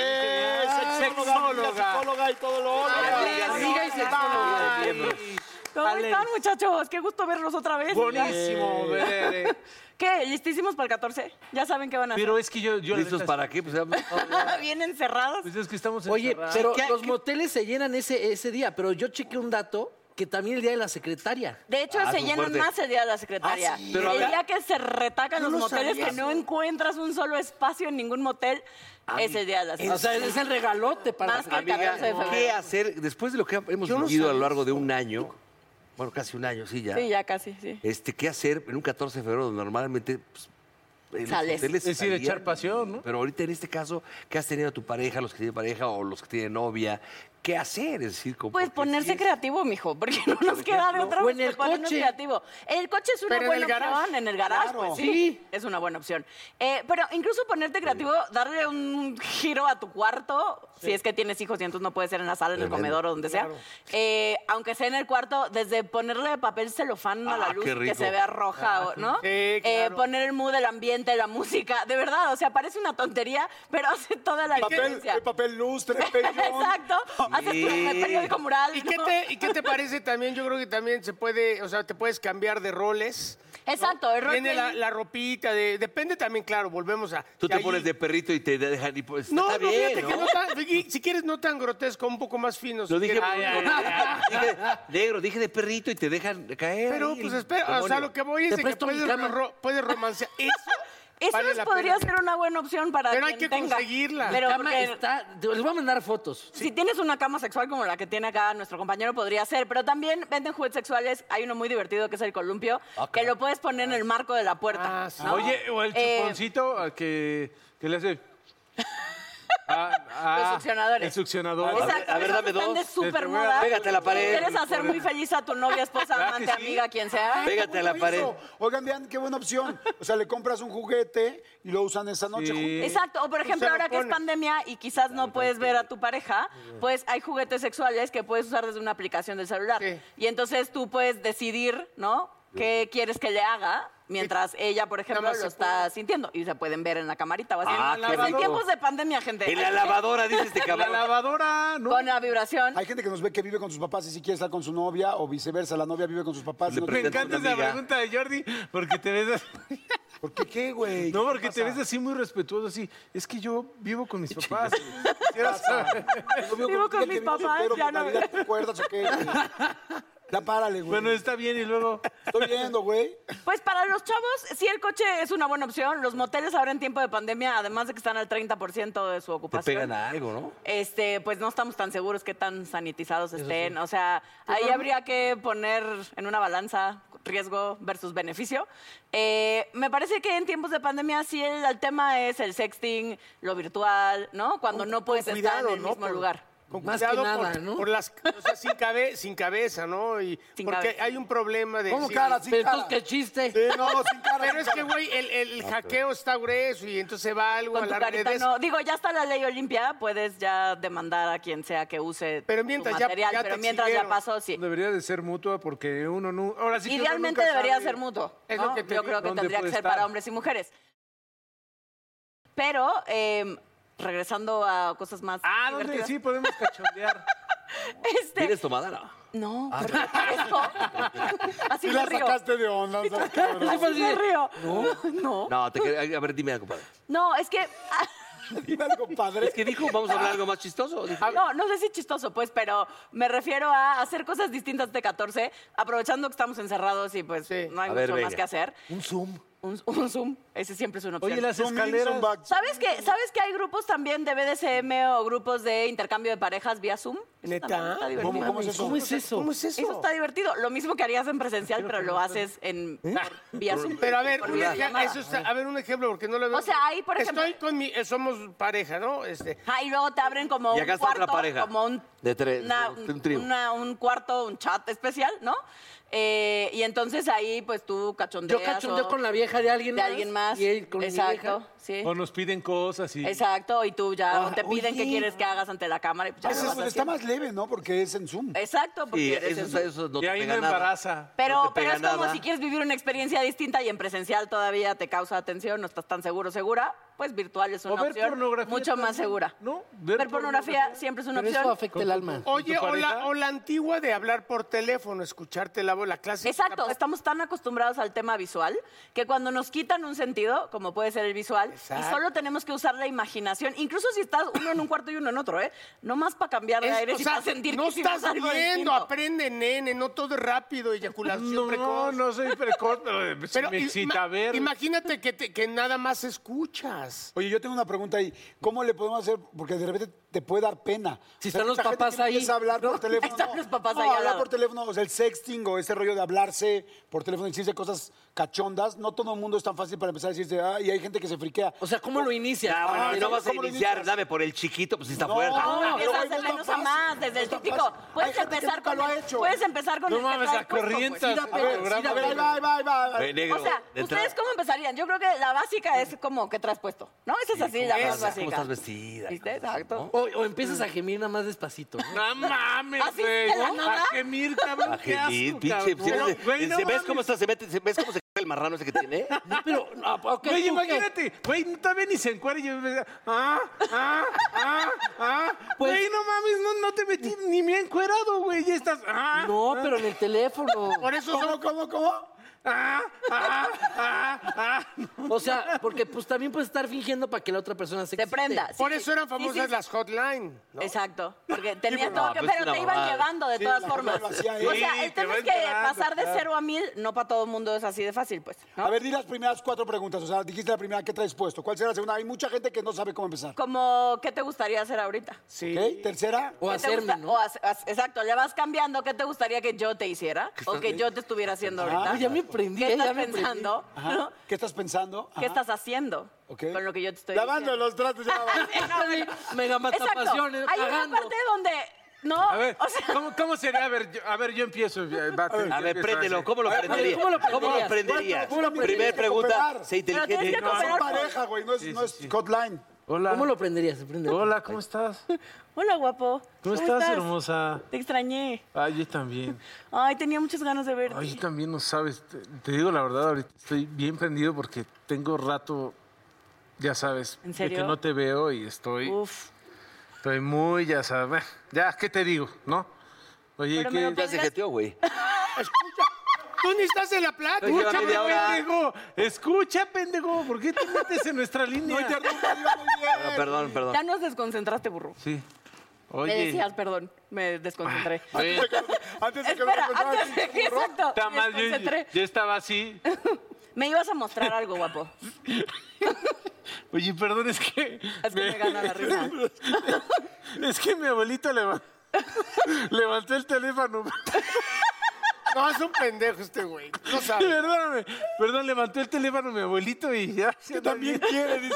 Sexóloga y todo lo otro. Amiga y sexóloga. ¿Cómo Ale. están, muchachos? Qué gusto verlos otra vez. Buenísimo, ver. ¿Qué? ¿Listísimos para el 14? ¿Ya saben qué van a hacer? Pero es que yo la ¿Listos neta, para qué? Pues, Bien encerrados. pues es que estamos Oye, encerrados. pero ¿Qué- los qué- moteles se llenan ese día, pero yo chequé un dato que también el día de la secretaria. De hecho, Ah, se son llenan fuertes. más el día de la secretaria. Pero a el ver- día que se retacan los moteles, que no encuentras un solo espacio en ningún motel, es el día de la O secretaria. sea, es el regalote para Más que el Amiga, 14 de febrero. ¿qué hacer después de lo que hemos vivido a lo largo de un año? Bueno, casi un año, sí, ya. Sí, ya casi, sí. ¿Qué hacer en un 14 de febrero donde normalmente pues, en los Sales. hoteles Es decir, salían? echar pasión, ¿no? Pero ahorita en este caso, ¿qué has tenido a tu pareja, los que tienen pareja o los que tienen novia? ¿Qué hacer? Es decir, como Pues porque ponerse sí es- creativo, mijo, porque no nos queda de otra o más en el que ponernos coche. creativo. El coche es una Pero en buena el garage. opción, en el garage, Claro. pues sí, es una buena opción. Pero incluso ponerte creativo, darle un giro a tu cuarto, si es que tienes hijos y entonces no puede ser en la sala, en el Tremendo. comedor o donde sea. Aunque sea en el cuarto, desde ponerle papel celofán a la Ah, luz, qué que rico. se vea roja, ¿no? Sí, claro. Poner el mood, el ambiente, la música, de verdad, o sea, parece una tontería, pero hace toda la diferencia. El papel lustre, pellón. Exacto, haces tu periódico mural. ¿Y ¿no? qué te parece también? Yo creo que también se puede, o sea, te puedes cambiar de roles. Exacto, el rol Viene que- la ropita, depende también, claro, volvemos a... Tú si te allí- pones de perrito y te dejan y pues No, está no, bien, fíjate ¿no? que no tan, si quieres no tan grotesco, un poco más fino. si Lo dije, quieres. dije negro, dije de perrito y te dejan caer. Pero ahí, pues el espera, o sea, demonio. lo que voy es Te de que presto mi cama. puedes romancear. Eso vale la podría pena. ser una buena opción para Pero hay quien que tenga. conseguirla. Pero Cama porque está, les voy a mandar fotos. si tienes una cama sexual como la que tiene acá nuestro compañero, podría ser. Pero también venden juguetes sexuales. Hay uno muy divertido que es el columpio, que lo puedes poner en el marco de la puerta. Ah, sí. ¿no? Oye, o el chuponcito que le hace... Los succionadores. El succionador. Exacto, a ver, esos dame están dos. de súper Te voy a- moda. Pégate a la pared. ¿Quieres hacer muy feliz a tu novia, esposa, ¿Verdad amante, que sí? amiga, quien sea? Pégate a la pared. Eso. Oigan, vean qué buena opción. O sea, le compras un juguete y lo usan esa noche Sí. juntos. Exacto, o por ejemplo, se lo ahora que es pones. pandemia y quizás no puedes ver a tu pareja, pues hay juguetes sexuales que puedes usar desde una aplicación del celular. Sí. Y entonces tú puedes decidir, ¿no? ¿Qué quieres que le haga? Mientras ella, por ejemplo, Nada más lo se está sintiendo. Y se pueden ver en la camarita o así. Ah, Pues qué en rico. tiempos de pandemia, gente. En la lavadora, dice este La cabrón. lavadora, ¿no? Con la vibración. Hay gente que nos ve que vive con sus papás y si quiere estar con su novia o viceversa, la novia vive con sus papás. y no Me tiene- encanta una esa amiga. pregunta de Jordi, porque te ves así. ¿Por qué qué, güey? No, ¿Qué porque te pasa? ves así muy respetuoso, así. Es que yo vivo con mis papás. Quisiera saber. Yo Vivo con que mis vivo papás, soltero, ya ¿por no- Navidad te acuerdas o qué? Ya párale, güey. Bueno, está bien y luego... Estoy viendo, güey. Pues para los chavos, sí, el coche es una buena opción. Los moteles ahora en tiempo de pandemia, además de que están al 30% de su Te ocupación. pegan a algo, ¿no? Pues no estamos tan seguros qué tan sanitizados estén. O sea, ahí habría que poner en una balanza riesgo versus beneficio. Me parece que en tiempos de pandemia sí el tema es el sexting, lo virtual, ¿no? Cuando no puedes estar en el mismo lugar. Con Más que cuidado nada, ¿no? por las, o sea, sin cabeza, ¿no? Y Sin porque cabeza. hay un problema de... ¿Cómo sí, cara? Sin Pero cara. entonces, ¿qué chiste? Sí, no, sin cara. Pero sin es que, cara. güey, el hackeo está grueso y entonces va algo Con a tu las carita redes. no. Digo, ya está la ley Olimpia, puedes ya demandar a quien sea que use Pero mientras tu ya- material, ya pero te mientras ya exhibieron. pasó, sí. Debería de ser mutua porque uno no... Ahora sí que uno Idealmente nunca debería sabe ser mutuo. Es ¿no? lo que te Yo digo. creo que ¿Dónde tendría que puede ser estar? para hombres y mujeres. Pero, regresando a cosas más Ah, ¿dónde divertidas. sí podemos cachondear? ¿Tienes tomada? No. No, porque esto... Así Sí me la río. sacaste de onda, ¿sabes, cabrón? Así me río. No. No, a ver, dime algo, compadre. No, es que... Dime algo, padre. Es que dijo, vamos a hablar algo más chistoso. Dijo. No sé si chistoso, pues, pero me refiero a hacer cosas distintas de 14, aprovechando que estamos encerrados y pues Sí. no hay A ver, mucho más venga. que hacer. Un Zoom. Un Zoom, ese siempre es una opción. Oye, las Zoom in, escaleras... zoom back. ¿Sabes que hay grupos también de BDSM o grupos de intercambio de parejas vía Zoom? Eso ¿Neta? también está divertido. ¿Cómo es eso? ¿Cómo es eso? ¿Cómo es eso? Eso está divertido. Lo mismo que harías en presencial, pero lo haces vía Zoom. Pero a ver, por un videollamada. un ejemplo, porque no lo veo. O sea, ahí, por ejemplo- Estoy con somos pareja, ¿no? Y luego te abren como Y un acá está cuarto, otra pareja. como un, De tres, una- un trío. un cuarto, un chat especial, ¿no? Y entonces ahí, pues tú cachondeas. Yo cachondeo o- con la vieja de alguien de más. alguien más. Y él con mi Exacto, vieja. sí. O nos piden cosas y... Exacto, y tú ya Ah, te piden qué oye. quieres que hagas ante la cámara. Y pues ya Pues lo vas está haciendo. más leve, ¿no? Porque es en Zoom. Exacto, porque Sí, eres en Zoom. eso no Y te ahí no pega nada. embaraza. Pero, no te pero pega es como nada. si quieres vivir una experiencia distinta y en presencial todavía te causa atención, no estás tan segura, pues virtual es O una ver opción pornografía mucho más también, segura. ¿no? Ver pornografía siempre es una Pero eso opción. afecta el alma. Oye, ¿Con tu o pareja? la antigua de hablar por teléfono, escucharte la clase. Exacto, estamos tan acostumbrados al tema visual que cuando nos quitan un sentido, como puede ser el visual, Exacto. y solo tenemos que usar la imaginación, incluso si estás uno en un cuarto y uno en otro, no más para cambiar de aire, O y sea, para sentir no que hicimos estás algo viendo, distinto. aprende, nene, no todo es rápido, eyaculación precoz. No soy precoz, pero, Pero me excita ver. Imagínate que nada más escuchas. Oye, yo tengo una pregunta ahí. ¿Cómo le podemos hacer? Porque de repente te puede dar pena. Si O sea, están los mucha gente papás que ahí. empieza a hablar por teléfono. Están los papás no, ahí al hablar lado. por teléfono, o sea, el sexting o ese rollo de hablarse por teléfono y decirse cosas cachondas. No todo el mundo es tan fácil para empezar a decirse, y hay gente que se friquea. O sea, ¿cómo lo inicia? Ah, bueno, y no vas a ¿cómo lo iniciar, inicias? dame por el chiquito, pues sí está No, fuerte. no, Empiezas pero, güey, de no es menos tan a más, fácil, desde no el es tan típico. fácil. Puedes Hay gente que empezar nunca con lo ha el, hecho. puedes empezar con No el que mames, traes a puesto, corrientas. pues. Sí da al pena, programa. sí da A ver, pena. va. Negro, O sea, de entrada. ¿ustedes cómo empezarían? Yo creo que la básica es como que traes puesto, ¿no? Esa es así, la más ¿Cómo básica. estás vestida? ¿Viste? Exacto. O empiezas a gemir nada más despacito. ¿no? No mames, ¿Así güey. de la nada? A gemir, cabrón. A Qué gemir, asco, pinche. cabrón. Güey, no ¿Ves mames. cómo está? ¿Ves cómo se cae el marrano ese que tiene? No, pero, ok, Güey, ¿tú qué? imagínate, güey, todavía ni se encuera y yo me Pues- güey, no mames, no te metí ni me he encuerado, güey, ya estás, No, pero en el teléfono. Por eso ¿Cómo? O sea, porque pues también puedes estar fingiendo para que la otra persona se Te excite. prenda. por Sí, eso eran sí, famosas sí. las hotline. ¿no? Exacto, porque tenías no, todo que, pues es pero una te iban mamada. llevando de Sí, todas la formas. verdad lo hacía O él. sea, Sí, el te tema va es que enterando, pasar de claro. 0 a 1000 no para todo el mundo es así de fácil, pues. ¿no? A ver, di las primeras 4 preguntas. O sea, dijiste la primera, ¿qué traes puesto? ¿Cuál será la segunda? Hay mucha gente que no sabe cómo empezar. Como, ¿qué te gustaría hacer ahorita? Sí. ¿Ok? ¿Tercera? O ¿Qué te hacerme, gusta- ¿no? o exacto, le vas cambiando. ¿Qué te gustaría que yo te hiciera? O que yo te estuviera haciendo ahorita. Ah, ya me prendí, ¿Qué ya estás me prendí. pensando? Ajá. ¿No? ¿Qué estás pensando? ¿Qué estás haciendo Ok. con lo que yo te estoy Lavando diciendo? los tratos ya. Mega Exacto. matapasiones, Hay una cagando. parte donde... No, A ver, o sea... ¿cómo sería? A ver, yo empiezo. A ver, préndelo, ¿cómo lo prenderías? ¿cómo lo ¿Cómo lo prenderías? prenderías? ¿Cómo lo Primer prenderías? pregunta, Cooperar. sé Pero tienes inteligente. que No, son cooperar. pareja, güey. No es hotline. Hola. ¿Cómo lo prenderías? ¿Se prende? Hola, ¿cómo estás? Hola, guapo. ¿Cómo estás, hermosa? Te extrañé. Ay, yo también. Ay, tenía muchas ganas de verte. Ay, yo también no sabes. Te digo la verdad, ahorita estoy bien prendido porque tengo rato, ya sabes, ¿En de serio? que no te veo y estoy Uf. muy, ya sabes. Ya, ¿qué te digo? ¿No? Oye, Pero me lo ¿qué? Ya se jeteó, güey. Escucha, tú ni estás en la plática. Lleva Escucha, media hora. pendejo. Escucha, pendejo. ¿Por qué te metes en nuestra línea? No interrumpas, iba muy bien. Perdón. Ya nos desconcentraste, burro. Sí. Me decías, perdón, me desconcentré. Antes de que Espera, lo contara antes de el que, burro. exacto, Está me mal, desconcentré. yo estaba así. Me ibas a mostrar algo, guapo. Oye, perdón, es que... Es que me gana la risa. Es que mi abuelito levantó el teléfono. No, es un pendejo este güey. No sabe. Perdóname. Perdón, levantó el teléfono mi abuelito y ya. Que también quiere, dice.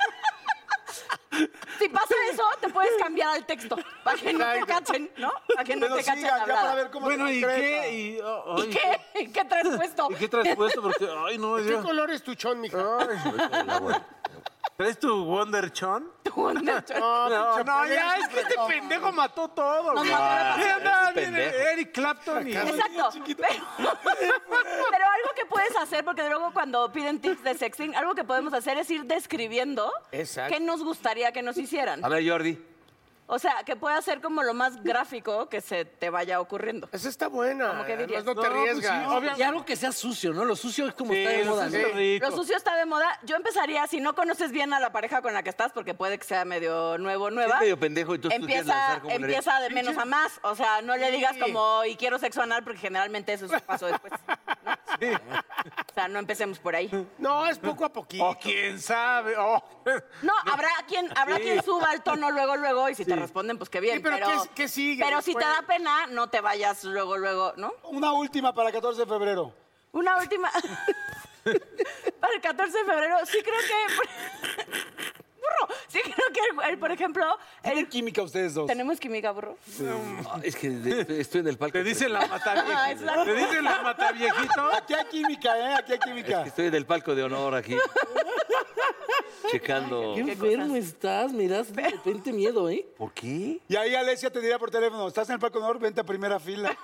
Si pasa eso, te puedes cambiar al texto. Para que no te Exacto. cachen, ¿no? Para que no Pero te cachen sigan, la ya para hablada. ver cómo Bueno, se ¿y concreta. qué? ¿Y qué? ¿Y qué traes puesto? ¿Y qué traes puesto? Porque, ay, no, ¿Qué yo... color es tu chón, mija? ¿Traes tu Wonder Chon? No, No, ya, es que este pendejo mató todo. Nos güey. mató la pasión. Mira, andaba Es un bien pendejo. Eric Clapton y... Exacto. Pero algo que puedes hacer, porque luego cuando piden tips de sexting, algo que podemos hacer es ir describiendo Exacto. qué nos gustaría que nos hicieran. A ver, Jordi. O sea, que pueda ser como lo más gráfico que se te vaya ocurriendo. Esa está buena. ¿Cómo que dirías? Además, no te arriesgas. Y algo que sea sucio, ¿no? Lo sucio es como está de Sí, moda, eso ¿no? está rico. Lo sucio está de moda. Yo empezaría, si no conoces bien a la pareja con la que estás, porque puede que sea medio nuevo, nueva. Es medio pendejo, entonces tú quieres lanzar como empieza de menos a más. O sea, no le digas como, y quiero sexo anal, porque generalmente eso es un paso después. ¿no? O sea, no empecemos por ahí. No, es poco a poquito. O quién sabe. Oh. No, habrá quien suba el tono luego, y si te responden, pues qué bien. Sí, pero ¿qué sigue Pero si te después? da pena, no te vayas luego, ¿no? Una última para el 14 de febrero. Una última. Para el 14 de febrero, sí creo que. Burro, sí creo que él, por ejemplo. ¿Tienen química ustedes dos? ¿Tenemos química, burro? Ah, es que estoy en el palco. Te dicen la mata Exacto. Te dicen la mata viejito. Aquí hay química, ¿eh? Aquí hay Es química. que estoy en el palco de honor aquí. Checando. Qué enfermo estás, me das de repente miedo, ¿eh? ¿Por qué? Y ahí Alesia te dirá por teléfono, ¿estás en el Palco de Honor? Vente a primera fila.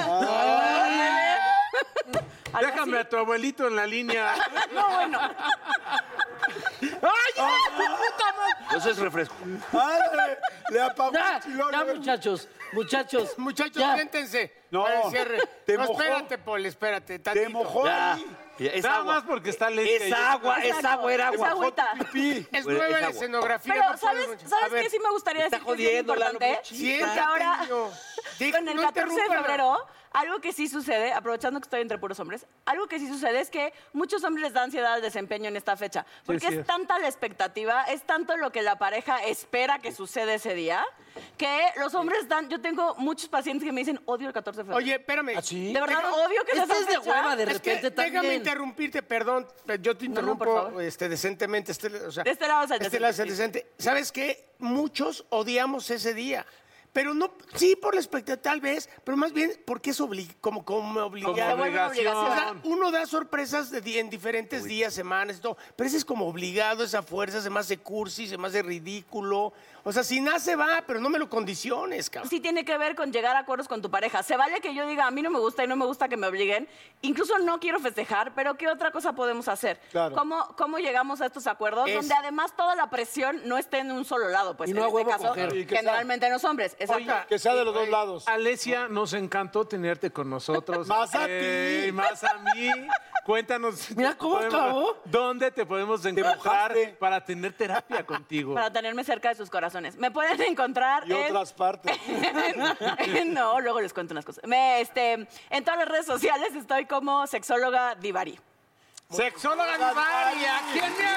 Algo Déjame así. a tu abuelito en la línea. No, bueno. Eso es refresco. ¡Ándale! Le apagó Ya, el chilón. ya, muchachos. Muchachos, ya. siéntense. No, para el cierre. te No, mojó. espérate, Paul, espérate. Te tantito. mojó Ya. ahí. Ya, es Nada agua. más porque está leche. Es agua, es agua, era Es agua. agüita. Pipí. Es Bueno, nueva es la agua. escenografía. Pero, no puedes ¿sabes A qué ver, sí me gustaría está decir que es bien jodiendo, Lalo, importante? mucho. siéntate, Porque ahora, niño. con el No 14 de interrumpan. febrero, algo que sí sucede, aprovechando que estoy entre puros hombres, algo que sí sucede es que muchos hombres les da ansiedad al desempeño en esta fecha. Porque sí. es tanta la expectativa, es tanto lo que la pareja espera que suceda ese día, que los hombres dan... Yo tengo muchos pacientes que me dicen, odio el 14 de febrero. Oye, espérame. ¿Así? De verdad, odio que sea Este esa es de fecha. hueva de Es que repente déjame también. interrumpirte, perdón. Yo te No, interrumpo por favor. decentemente. O sea, De este lado es el de este lado es el decente. ¿Sabes qué? Muchos odiamos ese día. Pero no, sí por la expectativa tal vez, pero más bien porque es como obligado. Se vuelve una obligación. O sea, uno da sorpresas en diferentes días, semanas y todo, pero ese es como obligado, esa fuerza, se me hace cursi, se me hace ridículo. O sea, si nace va, pero no me lo condiciones, cabrón. Sí tiene que ver con llegar a acuerdos con tu pareja. Se vale que yo diga, a mí no me gusta y no me gusta que me obliguen. Incluso no quiero festejar, pero ¿qué otra cosa podemos hacer? Claro. ¿Cómo llegamos a estos acuerdos? Es- Donde además toda la presión no esté en un solo lado. Pues Y no en a este huevo caso, coger. Y que generalmente en los hombres. Exacto. Que sea de los dos lados. Alesia, nos encantó tenerte con nosotros. Más a ti. Más a mí. Cuéntanos. Mira cómo acabó. ¿Dónde te podemos encontrar mojaste. para tener terapia contigo? Para tenerme cerca de sus corazones. Me pueden encontrar Y otras partes. No, luego les cuento unas cosas. En todas las redes sociales estoy como sexóloga Divari. Sexóloga Divari, ¿a quién me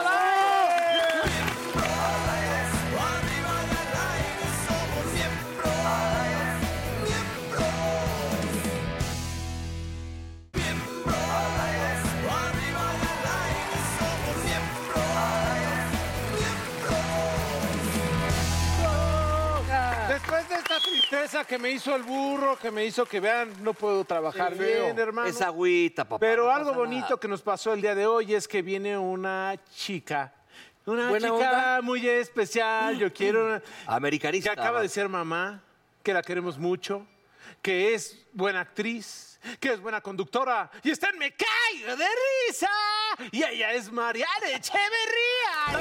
Después de esta tristeza que me hizo el burro, que me hizo que vean, no puedo trabajar bien, hermano. Es agüita, papá. Pero no algo pasa bonito nada. que nos pasó el día de hoy es que viene una chica. Una Buena chica onda. muy especial. Yo quiero una, que Americanista. acaba de ser mamá, que la queremos mucho, que es buena actriz, que es buena conductora y está en Me Caigo de Risa. Y ella es Mariana Echeverría.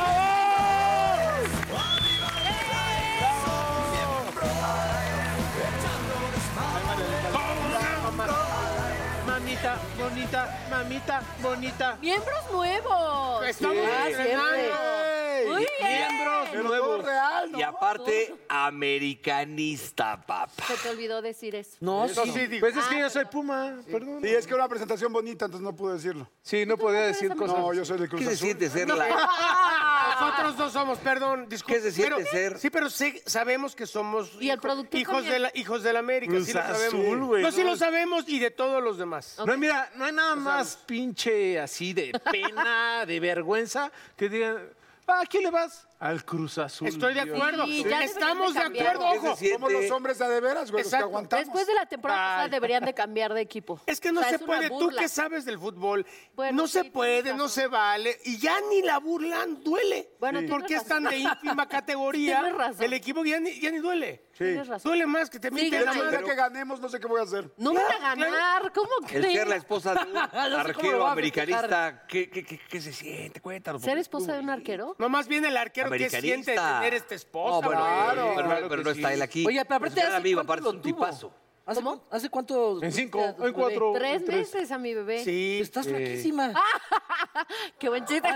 Mamita bonita, mamita bonita. ¡Miembros nuevos! Estamos Ah, entrenando. siempre. Muy bien. Miembros Pero nuevos. todo real, ¿no? Y aparte, americanista, papá. Se te olvidó decir eso. No, Eso sí. sí, digo. Pues es que yo soy Puma, perdón. Sí, es que era una presentación bonita, entonces no pude decirlo. Sí, no podía decir cosas. No, yo soy de Cruz ¿Qué se Azul. siente ser la... Nosotros dos somos, perdón, disculpe. ¿Qué se siente pero- ser? Sí, pero sabemos que somos Y el productor hijos también. de la, hijos de la América, sí lo Cruz sabemos. Azul, güey, No, sí no. lo sabemos y de todos los demás. No, mira, no hay nada más pinche así de pena, de vergüenza, que digan, ¿a quién le vas? Al Cruz Azul. Estoy de Dios. acuerdo. Sí, ya Estamos de deberían de acuerdo, cambiar. ojo. ¿Qué se Somos los hombres de veras, güey, los que Exacto. aguantamos. Después de la temporada pasada Ay. deberían de cambiar de equipo. Es que no O sea, se es una puede. Tú burla. que sabes del fútbol, Bueno, no sí, se tienes puede, no razón. se vale. Y ya ni la burlan duele. Bueno, tienes porque es tan de ínfima categoría. Tienes razón. El equipo ya ni duele. Tienes razón. Duele más que te mienten El la gana. día madre. que ganemos, no sé qué voy a hacer. No van a ganar, ¿cómo El crees? ser la esposa de un cómo lo arquero va a americanista, ¿qué se siente? Cuéntanos. ¿Ser esposa de un arquero? No, más bien el arquero que Americanista. siente tener esta esposa. No, bueno, Claro. pero no está él aquí. Oye, pero aparte Es un gran hace amigo, cuánto aparte lo es un tuvo? tipazo. ¿Hace cuánto? En 5, tuviste a tu en 4. 3 meses a mi bebé. Sí. Estás flaquísima. Qué buen chiste.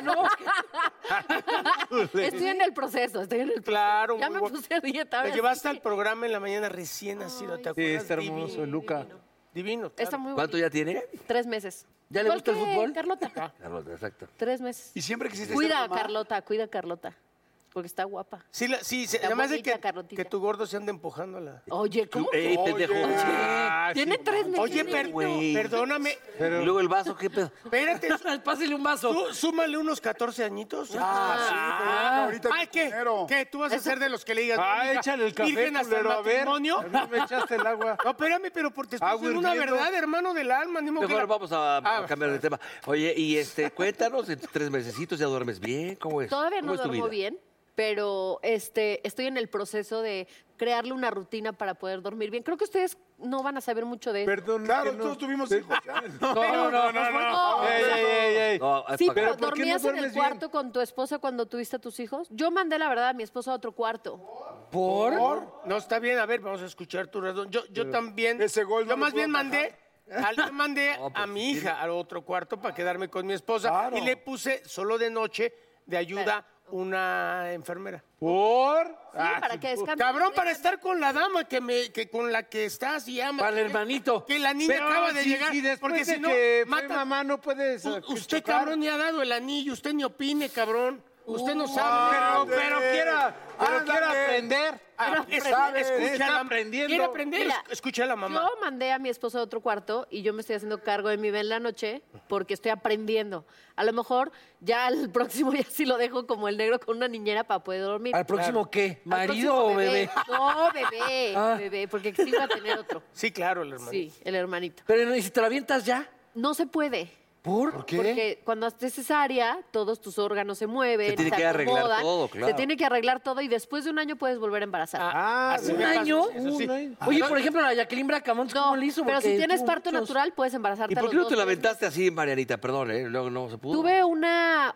Estoy en el proceso, Claro, Ya muy me bueno. puse a dieta. Te ahora llevaste sí. al programa en la mañana recién nacido, ¿te Sí, acuerdas? está hermoso, Divino. Luca. Divino. Está claro. muy ¿Cuánto ya tiene? 3 meses. ¿Ya le Igual gusta el que fútbol? Carlota. Carlota, exacto. 3 meses. Y siempre quisiste Cuida ser a mamá. Carlota. Porque está guapa. Sí, La además de bonita Carlotita. que tu gordo se anda empujándola. Oye, ¿cómo? ¡Ey, pendejo! Tiene 3 meses. Oye, güey. perdóname. Y luego el vaso, ¿qué pedo? Espérate, Pásale un vaso. tú súmale unos 14 añitos. Ahorita Ay, ¿qué? dinero. ¿Qué? ¿Tú vas a ser de los que le digas? Ah, no, mija, échale el café, virgen hasta el culero, a ver. matrimonio? A mí me echaste el agua. No, espérame, pero por te estoy Agua diciendo una hirviendo. verdad, hermano del alma. Ni modo que Mejor la- vamos a cambiar de tema. Oye, y cuéntanos, en 3 mesecitos ya duermes bien, ¿cómo es? Todavía ¿Cómo no es tu duermo vida? bien, pero estoy en el proceso de crearle una rutina para poder dormir bien. Creo que ustedes no van a saber mucho de eso. Perdón. Claro, que no. todos tuvimos hijos ya. No. Ey. No, es Sí, para- pero ¿por qué no ¿dormías en el duermes bien? cuarto con tu esposa cuando tuviste a tus hijos? Yo mandé, la verdad, a mi esposo a otro cuarto. ¿Por? No, está bien, a ver, vamos a escuchar tu razón. Yo también. ese gol no yo lo más pudo bien mandé. Yo mandé No, pues, a mi hija al otro cuarto para quedarme con mi esposa Claro. y le puse solo de noche de ayuda una enfermera. ¿Por? Sí, para que descanse. Cabrón, para estar con la dama que con la que estás y amas. Para el hermanito. Que la niña Pero acaba de si- llegar. si después porque de si no, que fue mata. mamá no puedes Usted, chocar. cabrón, ni ha dado el anillo. Usted ni opine, cabrón. Usted no sabe. Pero quiero aprender. Escucha Está la- aprendiendo. ¿Quiere aprender? Mira, Escucha a la mamá. Yo mandé a mi esposo a otro cuarto y yo me estoy haciendo cargo de mi bebé en la noche porque estoy aprendiendo. A lo mejor ya el próximo ya sí lo dejo como el negro con una niñera para poder dormir. ¿Al próximo qué? Al ¿Marido próximo o bebé? No, bebé, Ah. bebé, porque sí va a tener otro. Sí, claro, el hermano. Sí, el hermanito. Pero ¿y si te lo avientas ya? No se puede. ¿Por? qué? Porque cuando haces cesárea, todos tus órganos se mueven, Se tiene que arreglar acomodan, todo, claro. Se tiene que arreglar todo y después de un año puedes volver a embarazar. Así ¿Un me pasa, año? eso sí. Oye, por ejemplo, la Jacqueline Bracamontes, no, ¿cómo le hizo? pero Porque si tienes tuvo parto muchos. natural, puedes embarazarte ¿Y a por los qué no te 2, la 3 meses. aventaste así, Marianita? Perdón, luego no se pudo. Tuve una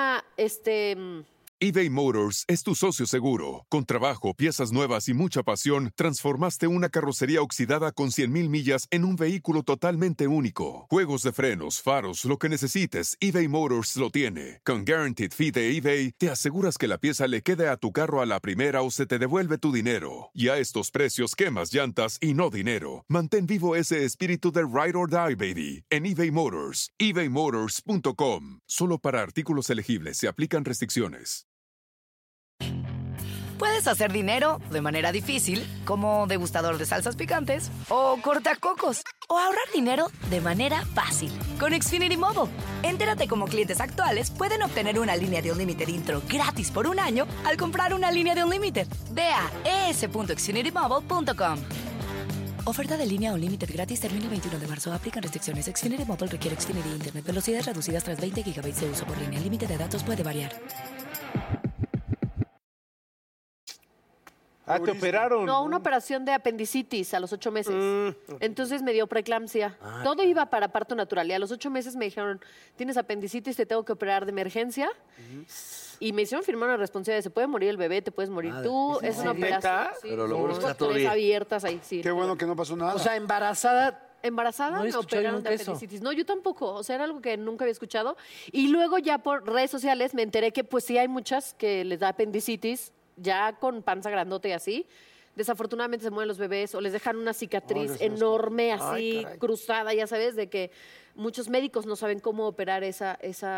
eBay Motors es tu socio seguro. Con trabajo, piezas nuevas y mucha pasión, transformaste una carrocería oxidada con 100,000 millas en un vehículo totalmente único. Juegos de frenos, faros, lo que necesites, eBay Motors lo tiene. Con Guaranteed Fee de eBay, te aseguras que la pieza le quede a tu carro a la primera o se te devuelve tu dinero. Y a estos precios, quemas llantas y no dinero. Mantén vivo ese espíritu de Ride or Die, baby, en eBay Motors. ebaymotors.com. Solo para artículos elegibles se aplican restricciones. Puedes hacer dinero de manera difícil, como degustador de salsas picantes, o cortacocos, o ahorrar dinero de manera fácil con Xfinity Mobile. Entérate cómo clientes actuales pueden obtener una línea de Unlimited intro gratis por un año al comprar una línea de Unlimited. Ve a es.xfinitymobile.com. Oferta de línea Unlimited gratis termina el 21 de marzo. Aplican restricciones. Xfinity Mobile requiere Xfinity Internet. Velocidades reducidas tras 20 GB de uso por línea. El límite de datos puede variar. Te operaron. No, una operación de apendicitis a los 8 meses. Entonces me dio preeclampsia. Todo iba para parto natural. Y a los 8 meses me dijeron, tienes apendicitis, te tengo que operar de emergencia. Y me hicieron firmar una responsabilidad. Se puede morir el bebé, te puedes morir tú. Es una operación. ¿Neta? Sí. Pero lo bueno es que está todo Tres bien. abiertas ahí, sí. Qué bueno que no pasó nada. O sea, embarazada embarazada No había me escuchado operaron nunca de eso. apendicitis. No, yo tampoco. O sea, era algo que nunca había escuchado. Y luego ya por redes sociales me enteré que pues sí hay muchas que les da apendicitis ya con panza grandote y así. Desafortunadamente se mueren los bebés o les dejan una cicatriz enorme así, Ay, caray. cruzada, ya sabes, de que muchos médicos no saben cómo operar esa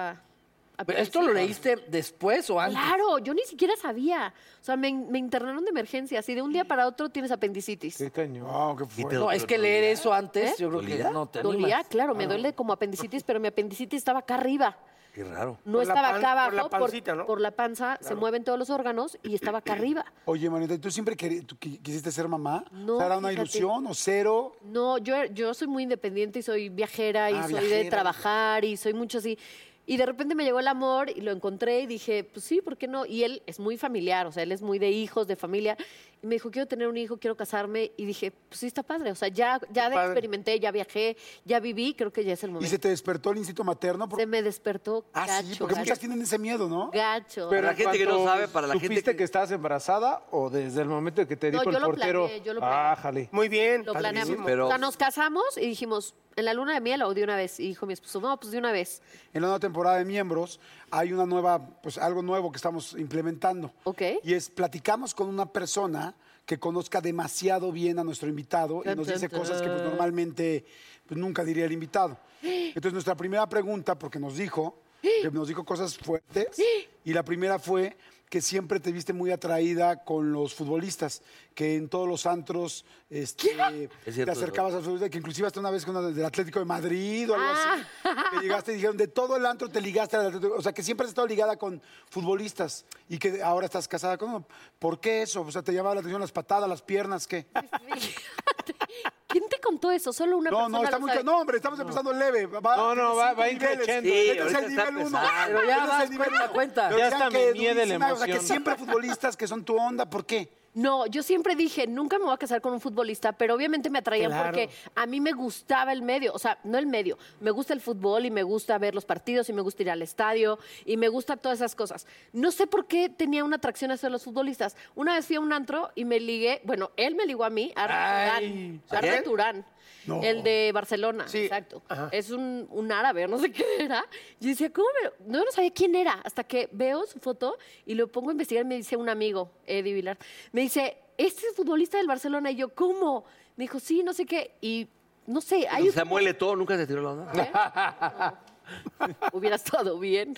¿Pero esto lo leíste después o antes? Claro, yo ni siquiera sabía. O sea, me internaron de emergencia. Así de un día para otro tienes apendicitis. Qué cañón. Wow, qué fuerte. No, es que leer eso antes, yo creo que ¿Dolía? no te Dolía, animas. claro, me duele como apendicitis, pero mi apendicitis estaba acá arriba. Qué raro. No Por la estaba pan- acá abajo. por la pancita, ¿no? por la panza se mueven todos los órganos y estaba acá arriba. Oye, Marianita, ¿tú siempre quisiste ser mamá? No, O sea, ¿era una fíjate. ilusión o cero? No, yo soy muy independiente y soy viajera y soy de viajera. trabajar y soy mucho así. Y de repente me llegó el amor y lo encontré y dije, pues sí, ¿por qué no? Y él es muy familiar, o sea, él es muy de hijos, de familia. Y me dijo, quiero tener un hijo, quiero casarme. Y dije, pues sí, está padre. O sea, ya padre. experimenté, ya viajé, ya viví, creo que ya es el ¿Y momento. se te despertó el instinto materno? Se me despertó gacho, sí, porque gacho, muchas tienen ese miedo, ¿no? gacho. Para la gente que no sabe, para la gente ¿Supiste que estabas embarazada o desde el momento en que te No, dijo yo el lo portero? planeé, yo lo planeé. Ájale. Muy bien. Lo planeamos. padrísimo. Pero- O sea, nos casamos y dijimos, ¿en la luna de miel o de una vez? Y dijo mi esposo, no, pues de una vez. En la nueva temporada de Miembros hay una nueva, pues algo nuevo que estamos implementando. Ok. Y es, platicamos con una persona que conozca demasiado bien a nuestro invitado y Tan, nos tan, dice cosas que pues, tan. normalmente pues, nunca diría el invitado. Entonces nuestra primera pregunta, porque nos dijo cosas fuertes, y la primera fue que siempre te viste muy atraída con los futbolistas, que en todos los antros Es te cierto, acercabas a los futbolistas, que inclusive hasta una vez con una del Atlético de Madrid o algo Ah. así, que llegaste y dijeron, de todo el antro te ligaste al Atlético, o sea, que siempre has estado ligada con futbolistas y que ahora estás casada con uno. ¿Por qué eso? O sea, ¿te llamaba la atención las patadas, las piernas, qué? Fíjate, ¿quién te contó eso? Solo una No, persona no, está lo muy... sabe. No, hombre, estamos empezando leve. No, tiene va cinco niveles. increciendo. Sí, Este es ahorita el está nivel 1. empezando. Pero ya vas, cuenta. Ya hasta me mide la O sea, que emoción. siempre futbolistas que son tu onda, ¿por qué? No, yo siempre dije, nunca me voy a casar con un futbolista, pero obviamente me atraían Claro. porque a mí me gustaba el medio, o sea, no el medio, me gusta el fútbol y me gusta ver los partidos y me gusta ir al estadio y me gusta todas esas cosas. No sé por qué tenía una atracción hacia los futbolistas. Una vez fui a un antro y me ligué, bueno, él me ligó a mí, Ay. Arda Turán. No. El de Barcelona, Sí. exacto. Ajá. Es un árabe, no sé qué era. Yo decía, ¿cómo no sabía quién era, hasta que veo su foto y lo pongo a investigar y me dice un amigo, Eddie Vilar, me dice, este es futbolista del Barcelona. Y yo, ¿cómo? Me dijo, sí, no sé qué. Y no sé, hay Samuel Eto'o nunca se tiró la onda. hubiera estado bien.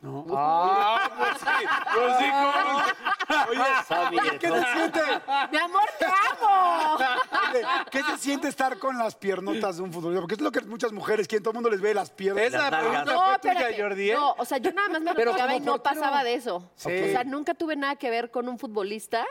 Ah, pues sí, ¿cómo? Oye, Sammy ¿qué Eto'o. se siente? ¡Mi amor, te amo! Oye, ¿qué se siente estar con las piernotas de un futbolista? Porque es lo que muchas mujeres quieren, todo el mundo les ve las piernas. Esa Las pregunta nalgas. fue tuya, Jordi, ¿eh? No, o sea, yo nada más me Pero lo y como no portero. pasaba de eso. Sí. O sea, nunca tuve nada que ver con un futbolista.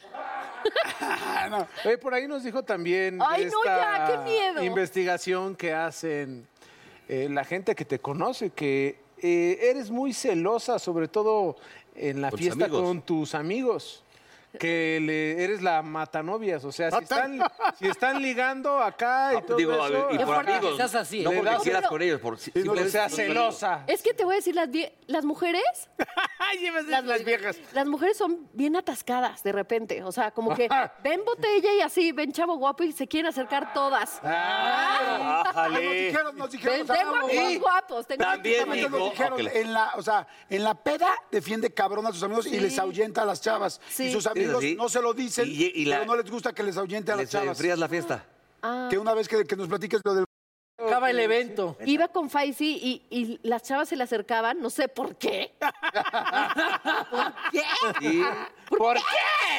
Oye, por ahí nos dijo también Ay, de no, ya, qué miedo. investigación que hacen la gente que te conoce, que eres muy celosa, sobre todo en la Con tus fiesta amigos. con tus amigos. Que eres la matanovias, o sea, si están ligando acá y todo Digo, eso. y Qué por fuerte amigos. que seas así, No ¿eh? porque Le das- quieras con ellos, por que simplemente sea son celosa. Es que te voy a decir, las mujeres Ay, llévese las viejas. Las mujeres son bien atascadas de repente. O sea, como que ven botella y así, ven chavo guapo y se quieren acercar todas. Ájale. Nos dijeron, Tengo amigos guapos. Tengo También amigos nos dijo- dijeron, ok. en la peda defiende cabrón a sus amigos y Sí. les ahuyenta a las chavas. Sí. Y sus amigos así? no se lo dicen, Y la- pero no les gusta que les ahuyente a las Les chavas. enfrías la fiesta. Que una vez que nos platiques lo del... Acaba el evento. Iba con Faisy y las chavas se le acercaban, no sé por qué. ¿Por qué? Sí. ¿Por qué?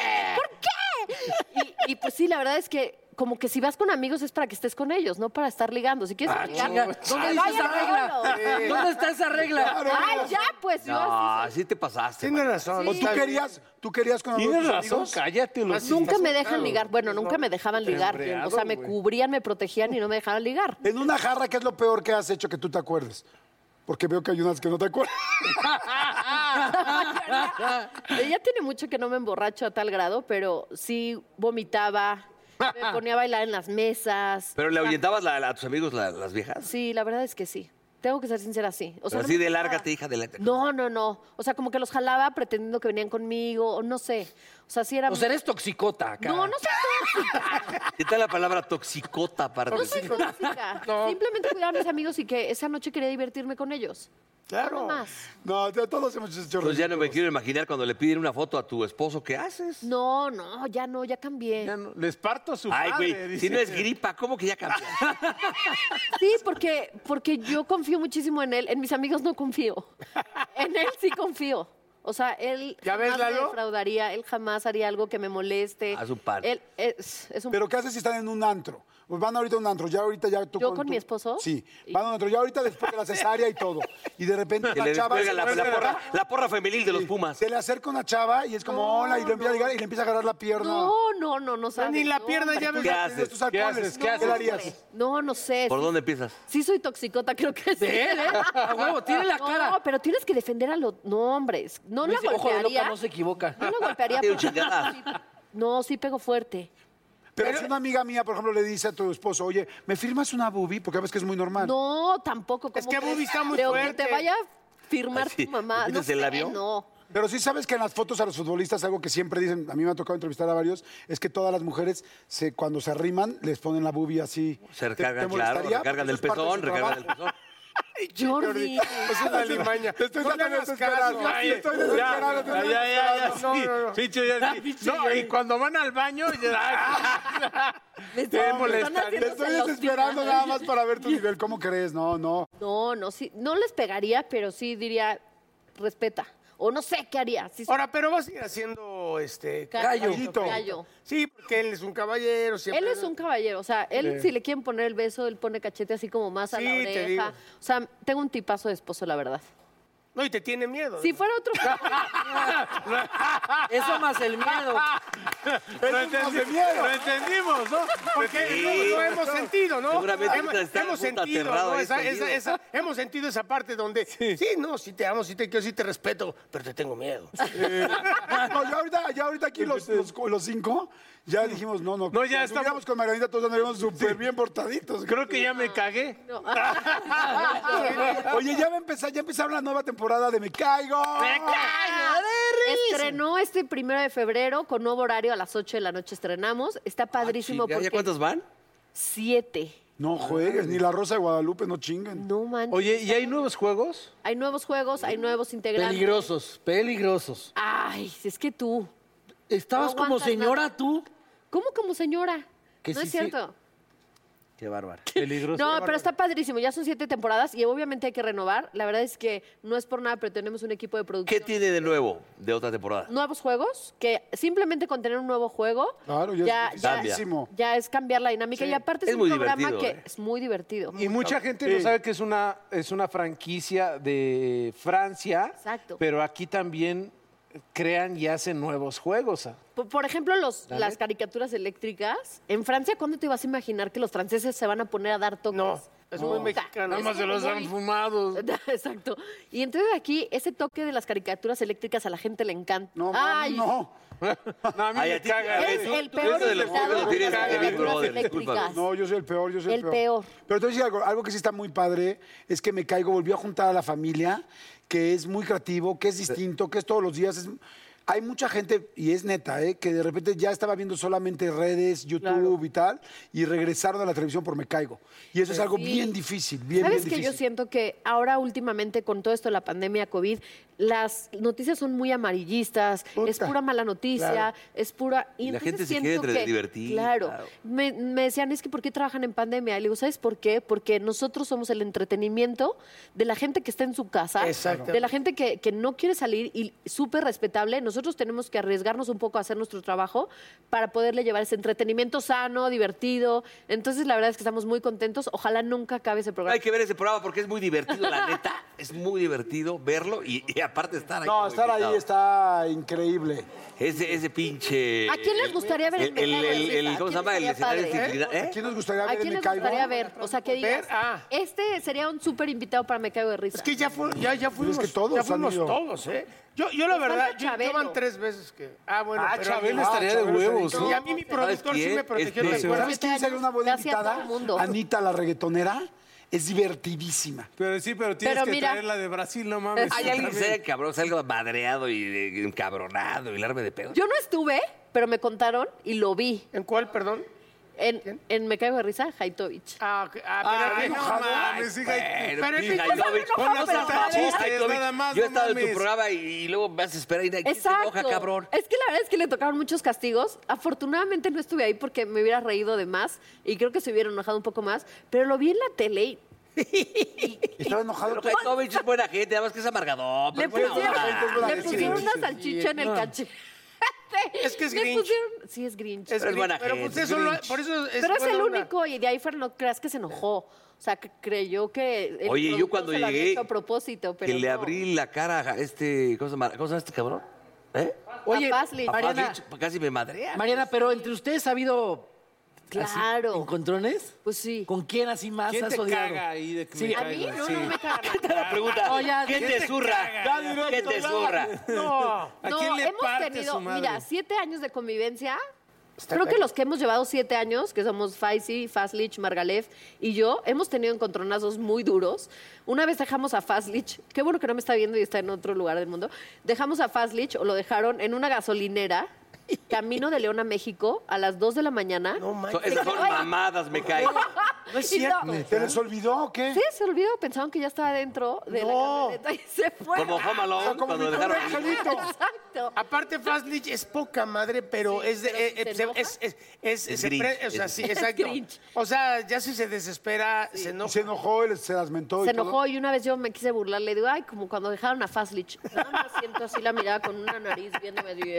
Y pues sí, la verdad es que como que si vas con amigos es para que estés con ellos, no para estar ligando. Si quieres ligar, Chinga, que ¿dónde dice vaya esa regla? solo. ¿Dónde está esa regla? Ay, ya, pues yo No, así soy. sí te pasaste. Tienes man. razón. ¿O tú querías con Tienes tus razón, amigos? cállate. Los Nunca me dejan ligar. Bueno, nunca me dejaban ligar. Embreado, O sea, me güey. cubrían, me protegían y no me dejaban ligar. En una jarra, ¿qué es lo peor que has hecho que tú te acuerdes? Porque veo que hay unas que no te acuerdas. Ella tiene mucho que no me emborracho a tal grado, pero sí vomitaba, me ponía a bailar en las mesas. Pero le ahuyentabas a tus amigos las viejas. Sí, la verdad es que sí. Tengo que ser sincera, sí. O sea, Pero no así me de gustaba. lárgate, hija de la... No. O sea, como que los jalaba pretendiendo que venían conmigo, o no sé. O sea, sí era... O sea, eres toxicota acá. No soy tóxica. ¿Qué tal la palabra toxicota para No soy decir? tóxica. Simplemente cuidaba a mis amigos y que esa noche quería divertirme con ellos. Claro. Nada más. No, todos hemos hecho Pues ya no me quiero imaginar cuando le piden una foto a tu esposo, ¿qué haces? No, ya cambié. Ya no, les parto su Ay, madre, güey, dice. si no es gripa, ¿cómo que ya cambió? Sí, porque yo confío muchísimo en él. En mis amigos no confío. En él sí confío. O sea, él ¿Ya ves, jamás me Lalo? defraudaría, él jamás haría algo que me moleste. Haz un par. Él es un... Pero ¿qué haces si están en un antro? Pues van ahorita a un antro, ya tú ¿Yo con mi esposo? Sí, van a un antro, ya ahorita después de la cesárea y todo. Y de repente Que la le chava descuelga la porra femenil de los Pumas. se le acerca una chava y es como hola y le empieza a llegar y le empieza a agarrar la pierna. No sabes. Ni la No, pierna hombre. ya ves. ¿Qué haces? Tus alcoholes, ¿Qué haces? ¿Qué le harías? No sé. ¿Por sí- dónde empiezas? Sí soy toxicota, creo que sí. A huevo, tiene la cara. No, pero tienes que defender a los... No, hombres. No Me la dice, ojo de golpearía. loca, no se equivoca. No la golpearía. Tiene un pero- chingadazo. No, sí pego fuerte. Pero si una amiga mía, por ejemplo, le dice a tu esposo, oye, ¿me firmas una boobie? Porque ves que es muy normal. No, tampoco. Es ¿cómo que crees? Bubi está muy Pero fuerte. que te vaya a firmar Ay, sí. tu mamá. ¿Me No quitas el sé, labio? no. Pero sí sabes que en las fotos a los futbolistas algo que siempre dicen, a mí me ha tocado entrevistar a varios, es que todas las mujeres cuando se arriman les ponen la boobie así. Se ¿Te recargan, claro, molestaría? recargan Porque el eso es parte de pezón, su recargan el trabajo. pezón. Jordi. Es una limaña. Te estoy No le tratando de hagas desesperar. caso. Ay, estoy desesperado. te estoy Ya, desesperado. sí. No. Picho, ya sí. No, y cuando van al baño, Me Te están molesta. haciendo Te estoy celosía. desesperando nada más para ver tu nivel. ¿Cómo crees? No. No, sí. No les pegaría, pero sí diría, respeta. O no sé qué haría. Sí, Ahora, pero vas a ir haciendo Gallito. Gallo. Sí, porque él es un caballero. Siempre. Él es un caballero, o sea, él si le quieren poner el beso, él pone cachete así como más a la Sí, te digo. oreja. O sea, tengo un tipazo de esposo, la verdad. No, y te tiene miedo. Si fuera otro... Eso más el miedo. Lo entendimos, ¿no? Porque lo hemos sentido, ¿no? Seguramente hemos, está hemos puta sentido, aterrado ¿no? ahí Esa- escondido. hemos sentido esa parte donde, sí, sí te amo, sí te quiero, sí te respeto, pero te tengo miedo. No, ya ahorita aquí los cinco, ya dijimos, no. No, ya si estamos- estuviéramos con Margarita, todos andaríamos súper bien portaditos. Creo que ya me cagué. No. Oye, ya empezaron la nueva temporada de Me Caigo. Estrenó este 1 de febrero con nuevo horario a las 8 de la noche estrenamos. Está padrísimo Chinga, ¿Ya porque... cuántos van? 7. No juegues, ni la Rosa de Guadalupe, no chinguen. No manches. Oye, ¿y hay nuevos juegos? Hay nuevos juegos, hay nuevos integrantes. Peligrosos. Ay, es que tú. Estabas No como aguantas señora nada. tú. ¿Cómo como señora? Que no sí, es sí. cierto. Qué bárbaro. Peligroso. No, pero está padrísimo. Ya son 7 temporadas y obviamente hay que renovar. La verdad es que no es por nada, pero tenemos un equipo de ¿Qué producción. tiene de nuevo de otra temporada? Nuevos juegos, que simplemente con tener un nuevo juego Claro, ya es Cambia. muchísimo. ya es cambiar la dinámica. Y aparte es, Es un muy programa divertido, que ¿eh? es muy divertido. Y mucha gente no sabe que es una franquicia de Francia. Exacto. Pero aquí también crean y hacen nuevos juegos. Por ejemplo, las caricaturas eléctricas. En Francia, ¿cuándo te ibas a imaginar que los franceses se van a poner a dar toques? No, es muy mexicano. Nada más se los han fumado. Exacto. Y entonces aquí, ese toque de las caricaturas eléctricas a la gente le encanta. No, Ay, no. No, a mí Ay, me a ti- caga. Es tú- el tú peor eso de los invitado juegos lo tienes de las que vivir, caricaturas brother, eléctricas. discúlpame. No, yo soy el peor, El peor. Pero te voy a decir algo que sí está muy padre, es que Me Caigo volvió a juntar a la familia, que es muy creativo, que es distinto, que es todos los días. Hay mucha gente, y es neta, que de repente ya estaba viendo solamente redes, YouTube y tal, y regresaron a la televisión por Me Caigo. Y eso es algo Sí. bien difícil, bien ¿Sabes bien que difícil. yo siento que ahora últimamente con todo esto de la pandemia COVID, las noticias son muy amarillistas, Puta. es pura mala noticia, Claro. es pura... Y la entonces gente se siento quiere que- divertir, Claro. claro. Me decían, es que ¿por qué trabajan en pandemia? Y le digo, ¿sabes por qué? Porque nosotros somos el entretenimiento de la gente que está en su casa, Exacto. de la gente que no quiere salir y súper respetable. Nosotros tenemos que arriesgarnos un poco a hacer nuestro trabajo para poderle llevar ese entretenimiento sano, divertido. Entonces, la verdad es que estamos muy contentos. Ojalá nunca acabe ese programa. Hay que ver ese programa porque es muy divertido, la neta. Es muy divertido verlo y aparte estar ahí. No, como estar ahí invitado. está increíble. Ese pinche... ¿A quién les gustaría ver el mejor de ¿Cómo se llama? El escenario de inclinado. ¿A quién nos gustaría ¿A ver en quién Me les Caigo? gustaría ver? O sea, que digas, Ver, ah. este sería un súper invitado para Me Caigo de Risa. Es que ya fuimos, que todos ya han fuimos ido. todos, ¿eh? Yo la verdad, falta yo Chabelo. van 3 veces que... Ah, bueno, pero... Chabelo Ah, estaría de Chabelo huevos, estaría- Y ¿no? a mí mi productor sí quién? me protegió, Este, ¿te acuerdas? ¿Sabes quién sería una buena Casi a todo invitada? el mundo. Anita, la reggaetonera. Es divertidísima. Pero sí, pero tienes Pero que mira. traer la de Brasil, no mames. Hay alguien que sea cabrón, salga madreado y encabronado y larme de pedo. Yo no estuve, pero me contaron y lo vi. ¿En cuál, perdón? En Me Caigo de Risa, Haitovich. Pero no mames, sí, Pero Pero pinche es que Haitovich, Pon las pero otras vamos, chistes, Haitovich. nada más, Yo he no estado en tu mames. programa y luego me haces esperar y ¿quién se enoja, cabrón? Es que la verdad es que le tocaron muchos castigos. Afortunadamente no estuve ahí porque me hubiera reído de más y creo que se hubiera enojado un poco más, pero lo vi en la tele y Estaba enojado. Pero Haitovich es buena gente, además que es amargador. le pero buena onda. pusieron una salchicha en el cachete. Es que es Le Grinch. Sí, es Grinch. Pero es buena Pero gente. pues eso por eso es Pero es buena el onda. único y de ahí fuera no creas que se enojó. O sea, que creyó que el Oye, yo productor cuando se lo había llegué, hecho a propósito, pero que le no. abrí la cara a este... ¿Cómo se llama este cabrón? ¿Eh? Oye, Fazlich. A Mariana. Fazlich, casi me madrea. Mariana, pero entre ustedes ha habido Claro. así, encontrones. Pues sí. ¿Con quién así más ¿Quién has te odiado? caga ahí de que Sí, me A mí caiga? no, Sí. no me cagan. La pregunta, No, ya, ¿quién ¿quién te te zurra? caga? ¿Quién te zurra? No. ¿A No, quién le hemos parte tenido, su madre? mira, 7 años de convivencia. Creo que los que hemos llevado 7 años, que somos Faisy, Fazlich, Margalef y yo, hemos tenido encontronazos muy duros. Una vez dejamos a Fazlich, qué bueno que no me está viendo y está en otro lugar del mundo, dejamos a Fazlich o lo dejaron en una gasolinera, camino de León a México, a las 2 de la mañana. No manches. Esas son mamadas, me cae. No es Y cierto. ¿Te les olvidó o qué? Sí, se olvidó, pensaban que ya estaba dentro de la camioneta y se fue. Como Home Alone, como cuando mi dejaron... pobre angelito. Exacto. Aparte, Fazlich es poca madre, pero Sí, es de. pero ¿se enoja? Es se Grinch. o sea, sí, exacto. Grinch. O sea, ya si se desespera, se enoja. Se enojó, se las mentó. Se y todo. enojó y una vez yo me quise burlar, le digo, ay, como cuando dejaron a Fazlich. Nada más siento así la mirada con una nariz viéndome así.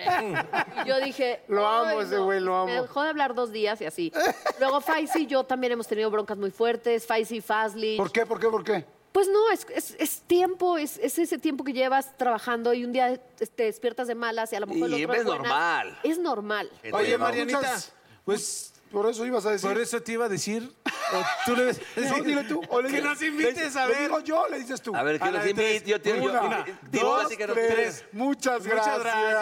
Y yo dije... Lo amo, "Ay, ese güey, lo amo". Me dejó de hablar 2 días y así. Luego Faisy y yo también hemos tenido broncas muy fuertes. Faisy, Fazlich. ¿Por qué? Pues no, es tiempo, es ese tiempo que llevas trabajando y un día te despiertas de malas y a lo mejor el Y otro es de buenas. normal. Es normal. Oye, Marianita, muchas- pues Por eso ibas a decir. por eso te iba a decir. O tú le ves. No, dile tú. O le que dices- nos invites a Le ver. digo yo, le dices tú. A ver, que A la nos de invite. tres. Yo tengo... Una, digo, dos, así que no- tres. Muchas gracias.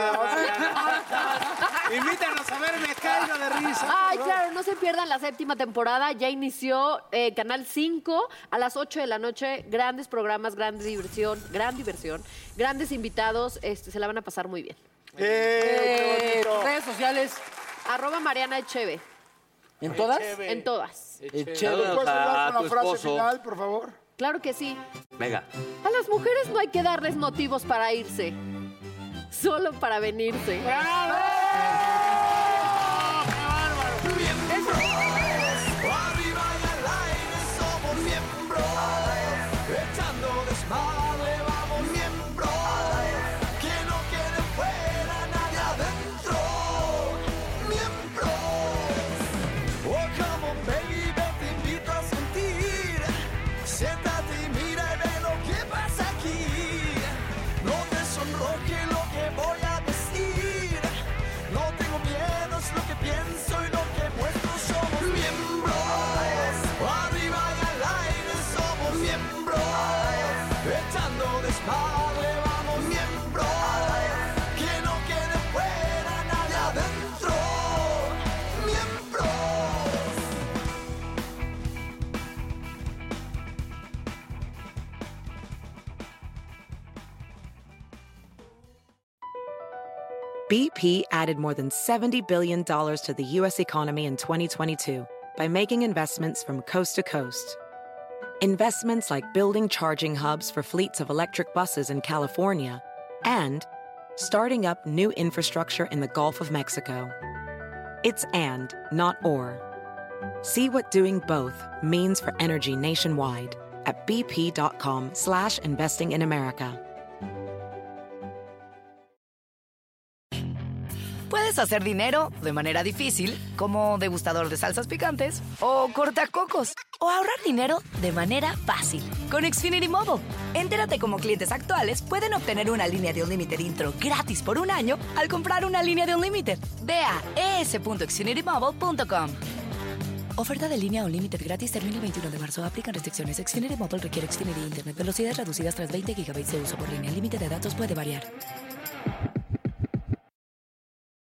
Invítanos a ver, me caigo de risa. Ay, claro, no se pierdan la 7ª temporada. Ya inició Canal 5 a las 8 de la noche. Grandes programas, gran diversión, grandes invitados. Se la van a pasar muy bien. Qué bonito. Redes sociales. @Mariana Echeve. ¿En todas? En todas. Saludos ¿Puedes hablar a con tu la frase esposo. final, por favor? Claro que sí. Venga. A las mujeres no hay que darles motivos para irse, solo para venirse. Arriba y al aire somos miembros, echando desmadre vamos miembros, que no quede fuera nadie adentro, miembros. Oh, come on baby, te invito a sentir, siéntate y mira y ve lo que pasa aquí, no te sonroje lo que voy a decir, no tengo miedo, es lo que pienso y lo que muestro, somos miembros, arriba y al aire somos miembros, echando desmadre vamos miembros, que no quede fuera nadie adentro, miembros. BP added more than $70 billion to the U.S. economy in 2022 by making investments from coast to coast. Investments like building charging hubs for fleets of electric buses in California and starting up new infrastructure in the Gulf of Mexico. It's and, not or. See what doing both means for energy nationwide at bp.com/investing in America. Puedes hacer dinero de manera difícil, como degustador de salsas picantes, o cortacocos, o ahorrar dinero de manera fácil con Xfinity Mobile. Entérate cómo clientes actuales pueden obtener una línea de Unlimited intro gratis por 1 año al comprar una línea de Unlimited. Ve a es.xfinitymobile.com. Oferta de línea Unlimited gratis termina el 21 de marzo. Aplican restricciones. Xfinity Mobile requiere Xfinity Internet. Velocidades reducidas tras 20 GB de uso por línea. El límite de datos puede variar.